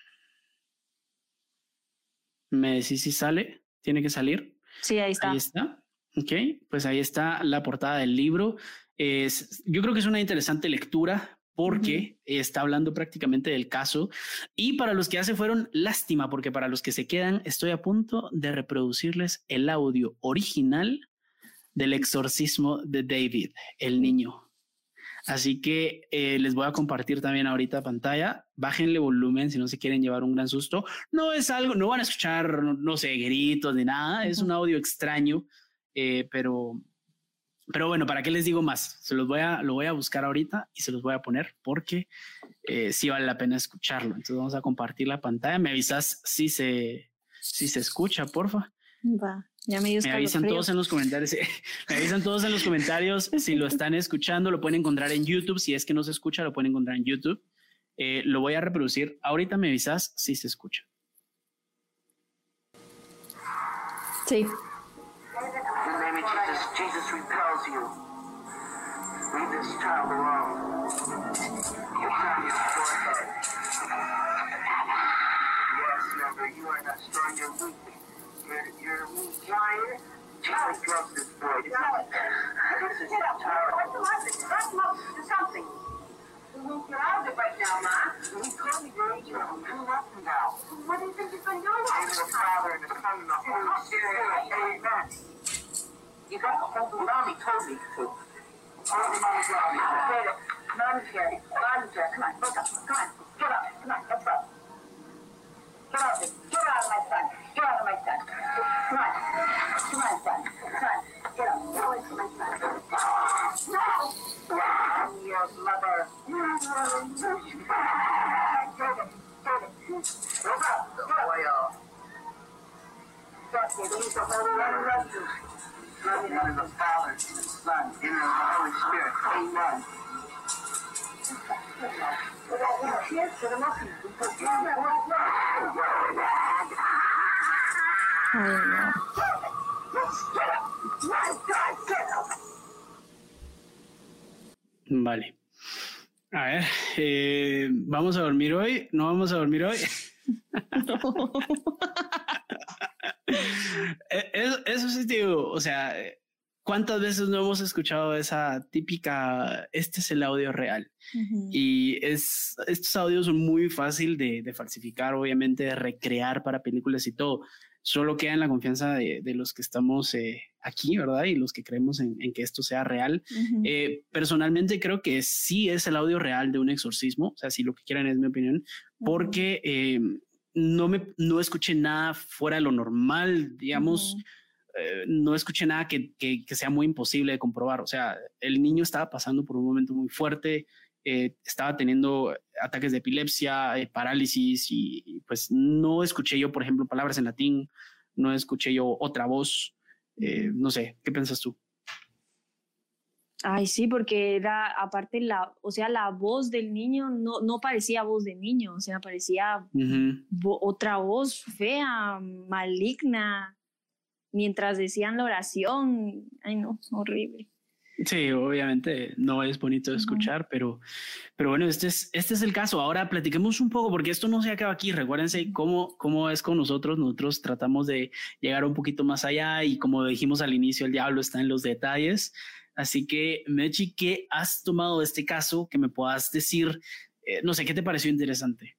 Me decís si sale. Tiene que salir. Sí, ahí está. Ahí está. Ok, pues ahí está la portada del libro. Es, yo creo que es una interesante lectura porque uh-huh. está hablando prácticamente del caso. Y para los que ya se fueron, lástima, porque para los que se quedan, estoy a punto de reproducirles el audio original del exorcismo de David, el niño. Así que eh, les voy a compartir también ahorita pantalla. Bájenle volumen si no se quieren llevar un gran susto. No es algo, no van a escuchar, no sé, gritos ni nada. Uh-huh. Es un audio extraño, eh, pero... Pero bueno, ¿para qué les digo más? Se los voy a, lo voy a buscar ahorita y se los voy a poner porque eh, sí vale la pena escucharlo. Entonces vamos a compartir la pantalla. Me avisas si se, si se escucha, porfa. Va, ya me, me avisan todos en los comentarios. Me avisan todos en los comentarios si lo están escuchando. Lo pueden encontrar en YouTube. Si es que no se escucha, lo pueden encontrar en YouTube. Eh, lo voy a reproducir. Ahorita me avisas si se escucha. Sí. Jesus repels you. Leave this child alone. You have your forehead. Yes, Mother, you are not strong, you're weak. You're, you're weak. Liar. Jesus loves this boy. This no, is, this is a child. What's the matter? That's not do something. We won't get out of it right now, Ma. He told me, Daddy, you're up and down. What do you think you've been doing? I'm the Father and the Son and the Holy Spirit. Amen. You got the whole mommy told me to. All the mommy told me to. Say that. Mommy's here. Mommy's here. Come on, look up. Come on. Get up. Come on, let's go. Get out of it. Get out of my son. Get out of my son. Come on. Come on, son. Come on. Get up. Get away from my son. No! I'm your mother. Get it. Get it. God is the Father, and the Son, and the Holy Spirit. Amen. Ay, no. Vale. A ver, eh, ¿vamos a dormir hoy? ¿No vamos a dormir hoy? No. Eso, eso sí, digo, o sea, ¿cuántas veces no hemos escuchado esa típica, este es el audio real? Uh-huh. Y es, estos audios son muy fácil de, de falsificar, obviamente, de recrear para películas y todo. Solo queda en la confianza de, de los que estamos eh, aquí, ¿verdad? Y los que creemos en, en que esto sea real. Uh-huh. Eh, personalmente creo que sí es el audio real de un exorcismo, o sea, si lo que quieran es mi opinión, porque eh, no, me, no escuché nada fuera de lo normal, digamos, uh-huh. eh, no escuché nada que, que, que sea muy imposible de comprobar. O sea, el niño estaba pasando por un momento muy fuerte, eh, estaba teniendo ataques de epilepsia, eh, parálisis y, y pues no escuché yo, por ejemplo, palabras en latín, no escuché yo otra voz, eh, no sé, ¿qué piensas tú? Ay, sí, porque era, aparte, la, o sea, la voz del niño no, no parecía voz de niño, o sea, parecía uh-huh. vo- otra voz fea, maligna, mientras decían la oración. Ay, no, horrible. Sí, obviamente no es bonito de escuchar, uh-huh. pero, pero bueno, este es, este es el caso. Ahora platiquemos un poco, porque esto no se acaba aquí. Recuérdense cómo, cómo es con nosotros. Nosotros tratamos de llegar un poquito más allá y como dijimos al inicio, el diablo está en los detalles. Así que, Mechi, ¿qué has tomado de este caso que me puedas decir? Eh, no sé, ¿qué te pareció interesante?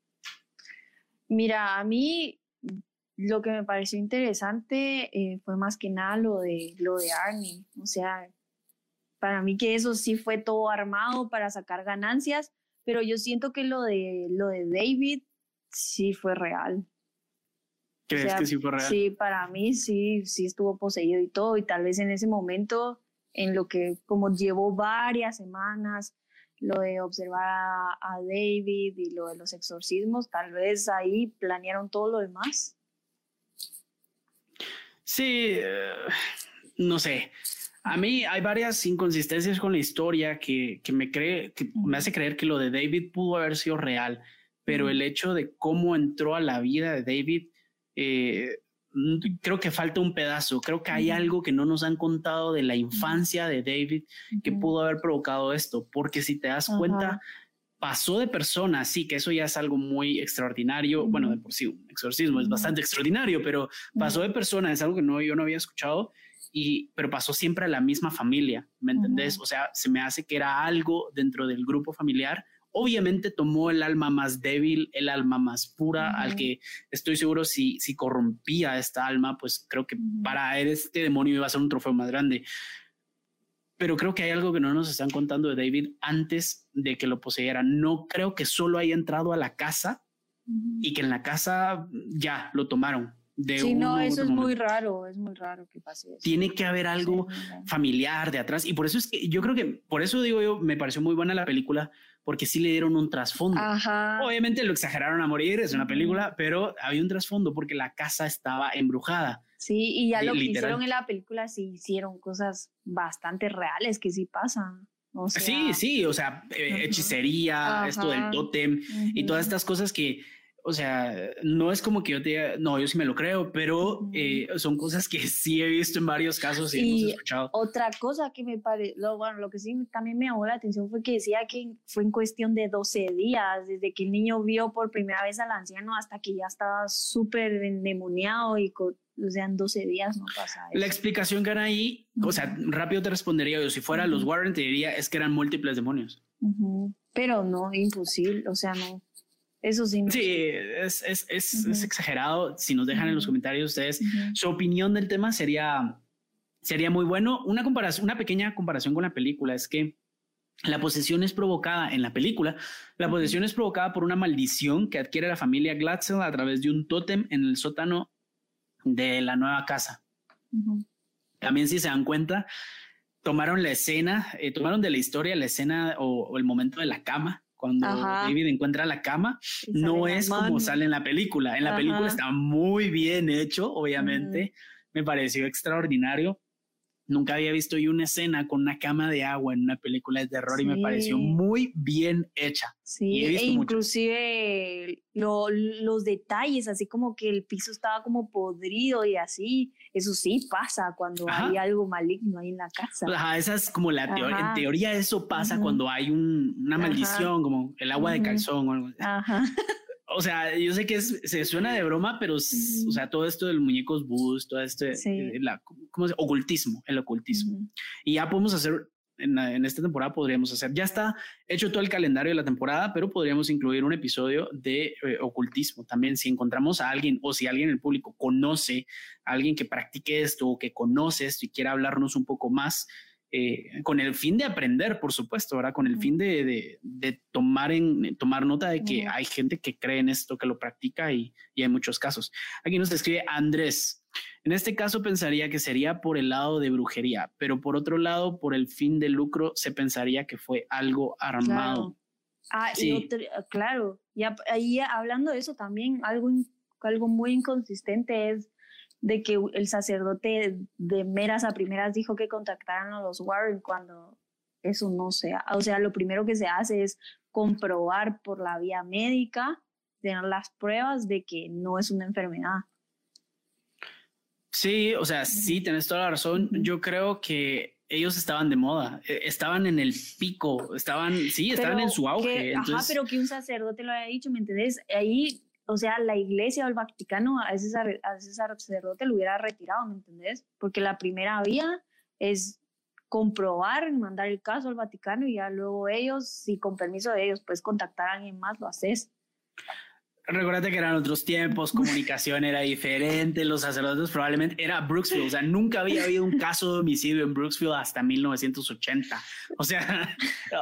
Mira, a mí lo que me pareció interesante eh, fue más que nada lo de, lo de Arnie. O sea, para mí que eso sí fue todo armado para sacar ganancias, pero yo siento que lo de, lo de David sí fue real. ¿Crees o sea, que sí fue real? Sí, para mí sí, sí estuvo poseído y todo, y tal vez en ese momento, en lo que como llevó varias semanas, lo de observar a, a David y lo de los exorcismos, tal vez ahí planearon todo lo demás. Sí, uh, no sé. A mí hay varias inconsistencias con la historia que, que, me, cree, que me hace creer que lo de David pudo haber sido real, pero uh-huh. el hecho de cómo entró a la vida de David, eh, creo que falta un pedazo. Creo que hay uh-huh. algo que no nos han contado de la infancia de David uh-huh. que pudo haber provocado esto, porque si te das uh-huh. cuenta, pasó de persona, sí, que eso ya es algo muy extraordinario. Uh-huh. Bueno, de por sí, un exorcismo uh-huh. es bastante extraordinario, pero pasó uh-huh. de persona, es algo que no, yo no había escuchado. Y, pero pasó siempre a la misma familia, ¿me entendés? Uh-huh. O sea, se me hace que era algo dentro del grupo familiar. Obviamente tomó el alma más débil, el alma más pura, uh-huh. al que estoy seguro si, si corrompía esta alma, pues creo que uh-huh. para él este demonio iba a ser un trofeo más grande. Pero creo que hay algo que no nos están contando de David antes de que lo poseyera. No creo que solo haya entrado a la casa uh-huh. y que en la casa ya lo tomaron. De sí, no, eso es muy raro, es muy raro que pase eso. Tiene que haber algo sí, familiar de atrás y por eso es que yo creo que, por eso digo yo, me pareció muy buena la película, porque sí le dieron un trasfondo. Ajá. Obviamente lo exageraron a morir, es una película, pero había un trasfondo porque la casa estaba embrujada. Sí, y ya lo literal. Que hicieron en la película sí hicieron cosas bastante reales que sí pasan. O sea, sí, sí, o sea, uh-huh. hechicería, Ajá. esto del tótem uh-huh. y todas estas cosas que... O sea, no es como que yo te diga, no, yo sí me lo creo, pero uh-huh. eh, son cosas que sí he visto en varios casos y, y hemos escuchado. Otra cosa que me parece, lo, bueno, lo que sí también me llamó la atención fue que decía que fue en cuestión de doce días, desde que el niño vio por primera vez al anciano hasta que ya estaba súper endemoniado y, o sea, en doce días no pasa eso. La explicación que era ahí, uh-huh. o sea, rápido te respondería yo, si fuera uh-huh. los Warren te diría es que eran múltiples demonios. Uh-huh. Pero no, imposible, o sea, no. Eso sí. Sí, es, es, es, uh-huh. es exagerado. Si nos dejan uh-huh. en los comentarios ustedes uh-huh. su opinión del tema sería, sería muy bueno. Una comparación, una pequeña comparación con la película es que la posesión es provocada en la película. La uh-huh. posesión es provocada por una maldición que adquiere la familia Glatzel a través de un tótem en el sótano de la nueva casa. Uh-huh. También, si se dan cuenta, tomaron la escena, eh, tomaron de la historia la escena o, o el momento de la cama. Cuando Ajá. David encuentra la cama, no es como mano. Sale en la película. En la Ajá. película está muy bien hecho, obviamente. Uh-huh. Me pareció extraordinario. Nunca había visto yo una escena con una cama de agua en una película de terror, sí, y me pareció muy bien hecha. Sí, e inclusive lo, los detalles, así como que el piso estaba como podrido y así, eso sí pasa cuando Ajá. hay algo maligno ahí en la casa. Ajá, esa es como la teoría. En teoría eso pasa Ajá. cuando hay un, una maldición, Ajá. como el agua Ajá. de calzón o algo así. Ajá. O sea, yo sé que es, se suena de broma, pero, uh-huh. o sea, todo esto de los muñecos vudú, todo este, sí. la, ¿cómo se llama? Ocultismo, el ocultismo. Uh-huh. Y ya podemos hacer, en, en esta temporada podríamos hacer, ya está hecho todo el calendario de la temporada, pero podríamos incluir un episodio de eh, ocultismo también. Si encontramos a alguien o si alguien en el público conoce a alguien que practique esto o que conoce esto y quiera hablarnos un poco más, Eh, con el fin de aprender, por supuesto, ¿verdad? Con el uh-huh. fin de, de, de tomar, en, tomar nota de que uh-huh. hay gente que cree en esto, que lo practica y, y hay muchos casos. Aquí nos escribe Andrés. En este caso pensaría que sería por el lado de brujería, pero por otro lado, por el fin de lucro, se pensaría que fue algo armado. Claro. Ah, sí. y otro, claro. Y ahí hablando de eso también, algo, algo muy inconsistente es de que el sacerdote de meras a primeras dijo que contactaran a los Warren cuando eso no sea. O sea, lo primero que se hace es comprobar por la vía médica, tener las pruebas de que no es una enfermedad. Sí, o sea, sí, tienes toda la razón. Yo creo que ellos estaban de moda, estaban en el pico, estaban, sí, estaban pero en su auge. Que, entonces... Ajá, pero que un sacerdote lo haya dicho, ¿me entendés? Ahí... O sea, la iglesia o el Vaticano a ese, a ese sacerdote lo hubiera retirado, ¿me entendés? Porque la primera vía es comprobar, mandar el caso al Vaticano y ya luego ellos, si con permiso de ellos puedes contactar a alguien más, lo haces. Recuérdate que eran otros tiempos, comunicación era diferente, los sacerdotes probablemente era Brooksville, o sea, nunca había habido un caso de homicidio en Brooksville hasta mil novecientos ochenta. O sea,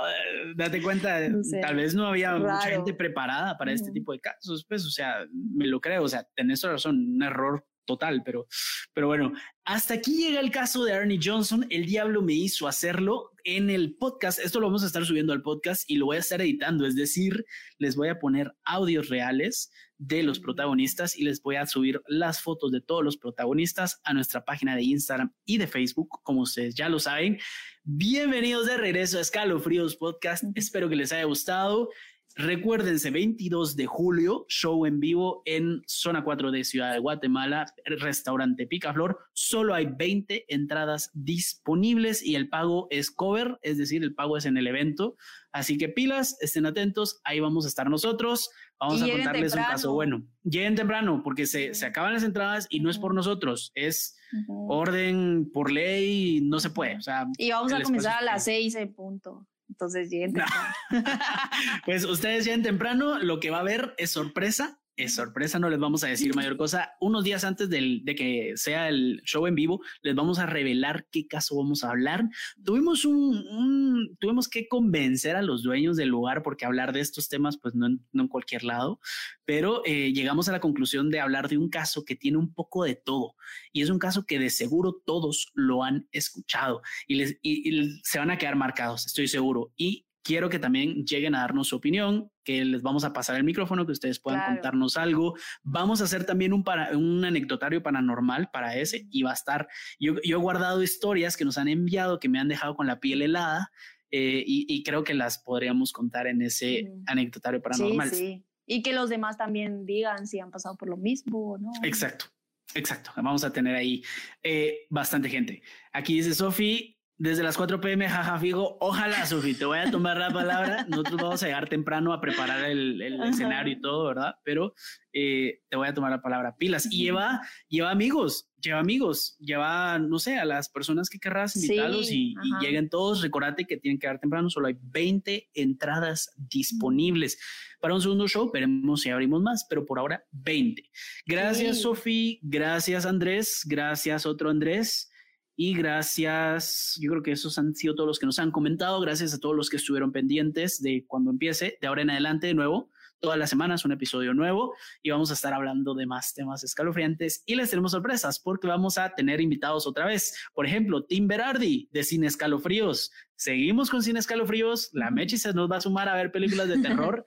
date cuenta, no sé, tal vez no había raro. mucha gente preparada para uh-huh. este tipo de casos, pues, o sea, me lo creo, o sea, tenés razón, un error total, pero, pero bueno, hasta aquí llega el caso de Arnie Johnson. El diablo me hizo hacerlo en el podcast. Esto lo vamos a estar subiendo al podcast y lo voy a estar editando, es decir, les voy a poner audios reales de los protagonistas y les voy a subir las fotos de todos los protagonistas a nuestra página de Instagram y de Facebook, como ustedes ya lo saben. Bienvenidos de regreso a Escalofríos Podcast. Espero que les haya gustado. Recuérdense, veintidós de julio, show en vivo en Zona cuatro de Ciudad de Guatemala, restaurante Picaflor. Solo hay veinte entradas disponibles y el pago es cover, es decir, el pago es en el evento. Así que pilas, estén atentos, ahí vamos a estar nosotros. Vamos a contarles temprano. un caso bueno. Lleguen temprano porque se, se acaban las entradas y no es por nosotros, es uh-huh. orden por ley, no se puede. O sea, y vamos a comenzar a las seis en punto. Entonces lleguen temprano. No. Pues ustedes lleguen temprano, lo que va a haber es sorpresa. Es sorpresa, no les vamos a decir mayor cosa. Unos días antes del, de que sea el show en vivo, les vamos a revelar qué caso vamos a hablar. Tuvimos un, un tuvimos que convencer a los dueños del lugar porque hablar de estos temas, pues no en, no en cualquier lado, pero eh, llegamos a la conclusión de hablar de un caso que tiene un poco de todo y es un caso que de seguro todos lo han escuchado y, les, y, y se van a quedar marcados, estoy seguro. Y quiero que también lleguen a darnos su opinión, que les vamos a pasar el micrófono, que ustedes puedan claro. contarnos algo. Vamos a hacer también un, para, un anecdotario paranormal para ese y va a estar, yo, yo he guardado historias que nos han enviado, que me han dejado con la piel helada eh, y, y creo que las podríamos contar en ese mm. anecdotario paranormal. Sí, sí. Y que los demás también digan si han pasado por lo mismo o no. Exacto, exacto. Vamos a tener ahí eh, bastante gente. Aquí dice Sofi, desde las cuatro p m, jaja, Figo, ojalá, Sofi, te voy a tomar la palabra. Nosotros vamos a llegar temprano a preparar el, el escenario y todo, ¿verdad? Pero eh, te voy a tomar la palabra, pilas. Y lleva, lleva amigos, lleva amigos, lleva, no sé, a las personas que querrás invitarlos sí, y, y lleguen todos. Recordate que tienen que llegar temprano, solo hay veinte entradas disponibles. Para un segundo show, veremos si abrimos más, pero por ahora veinte. Gracias, sí. Sofi, gracias, Andrés, gracias, otro Andrés. Y gracias, yo creo que esos han sido todos los que nos han comentado. Gracias a todos los que estuvieron pendientes de cuando empiece. De ahora en adelante, de nuevo, todas las semanas un episodio nuevo y vamos a estar hablando de más temas escalofriantes y les tenemos sorpresas porque vamos a tener invitados otra vez. Por ejemplo, Tim Berardi de Cine Escalofríos. Seguimos con Cine Escalofríos. La Mechi se nos va a sumar a ver películas de terror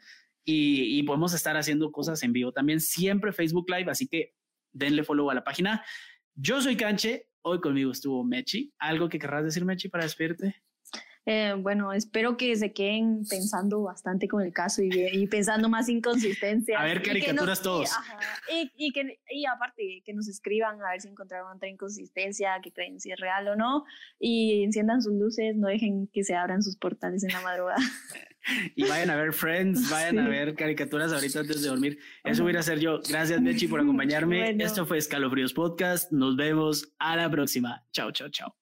y, y podemos estar haciendo cosas en vivo también, siempre Facebook Live. Así que denle follow a la página. Yo soy Canche. Hoy conmigo estuvo Mechi. ¿Algo que querrás decir, Mechi, para despedirte? Eh, bueno, espero que se queden pensando bastante con el caso y, y pensando más inconsistencias. A ver, caricaturas nos, todos. Y, ajá, y, y, que, y aparte, que nos escriban a ver si encontraron otra inconsistencia, que creen si es real o no, y enciendan sus luces, no dejen que se abran sus portales en la madrugada. Y vayan a ver Friends, vayan sí. a ver caricaturas ahorita antes de dormir. Eso voy a hacer yo. Gracias, Mechi, por acompañarme. Bueno. Esto fue Escalofríos Podcast. Nos vemos a la próxima. Chao, chao, chao.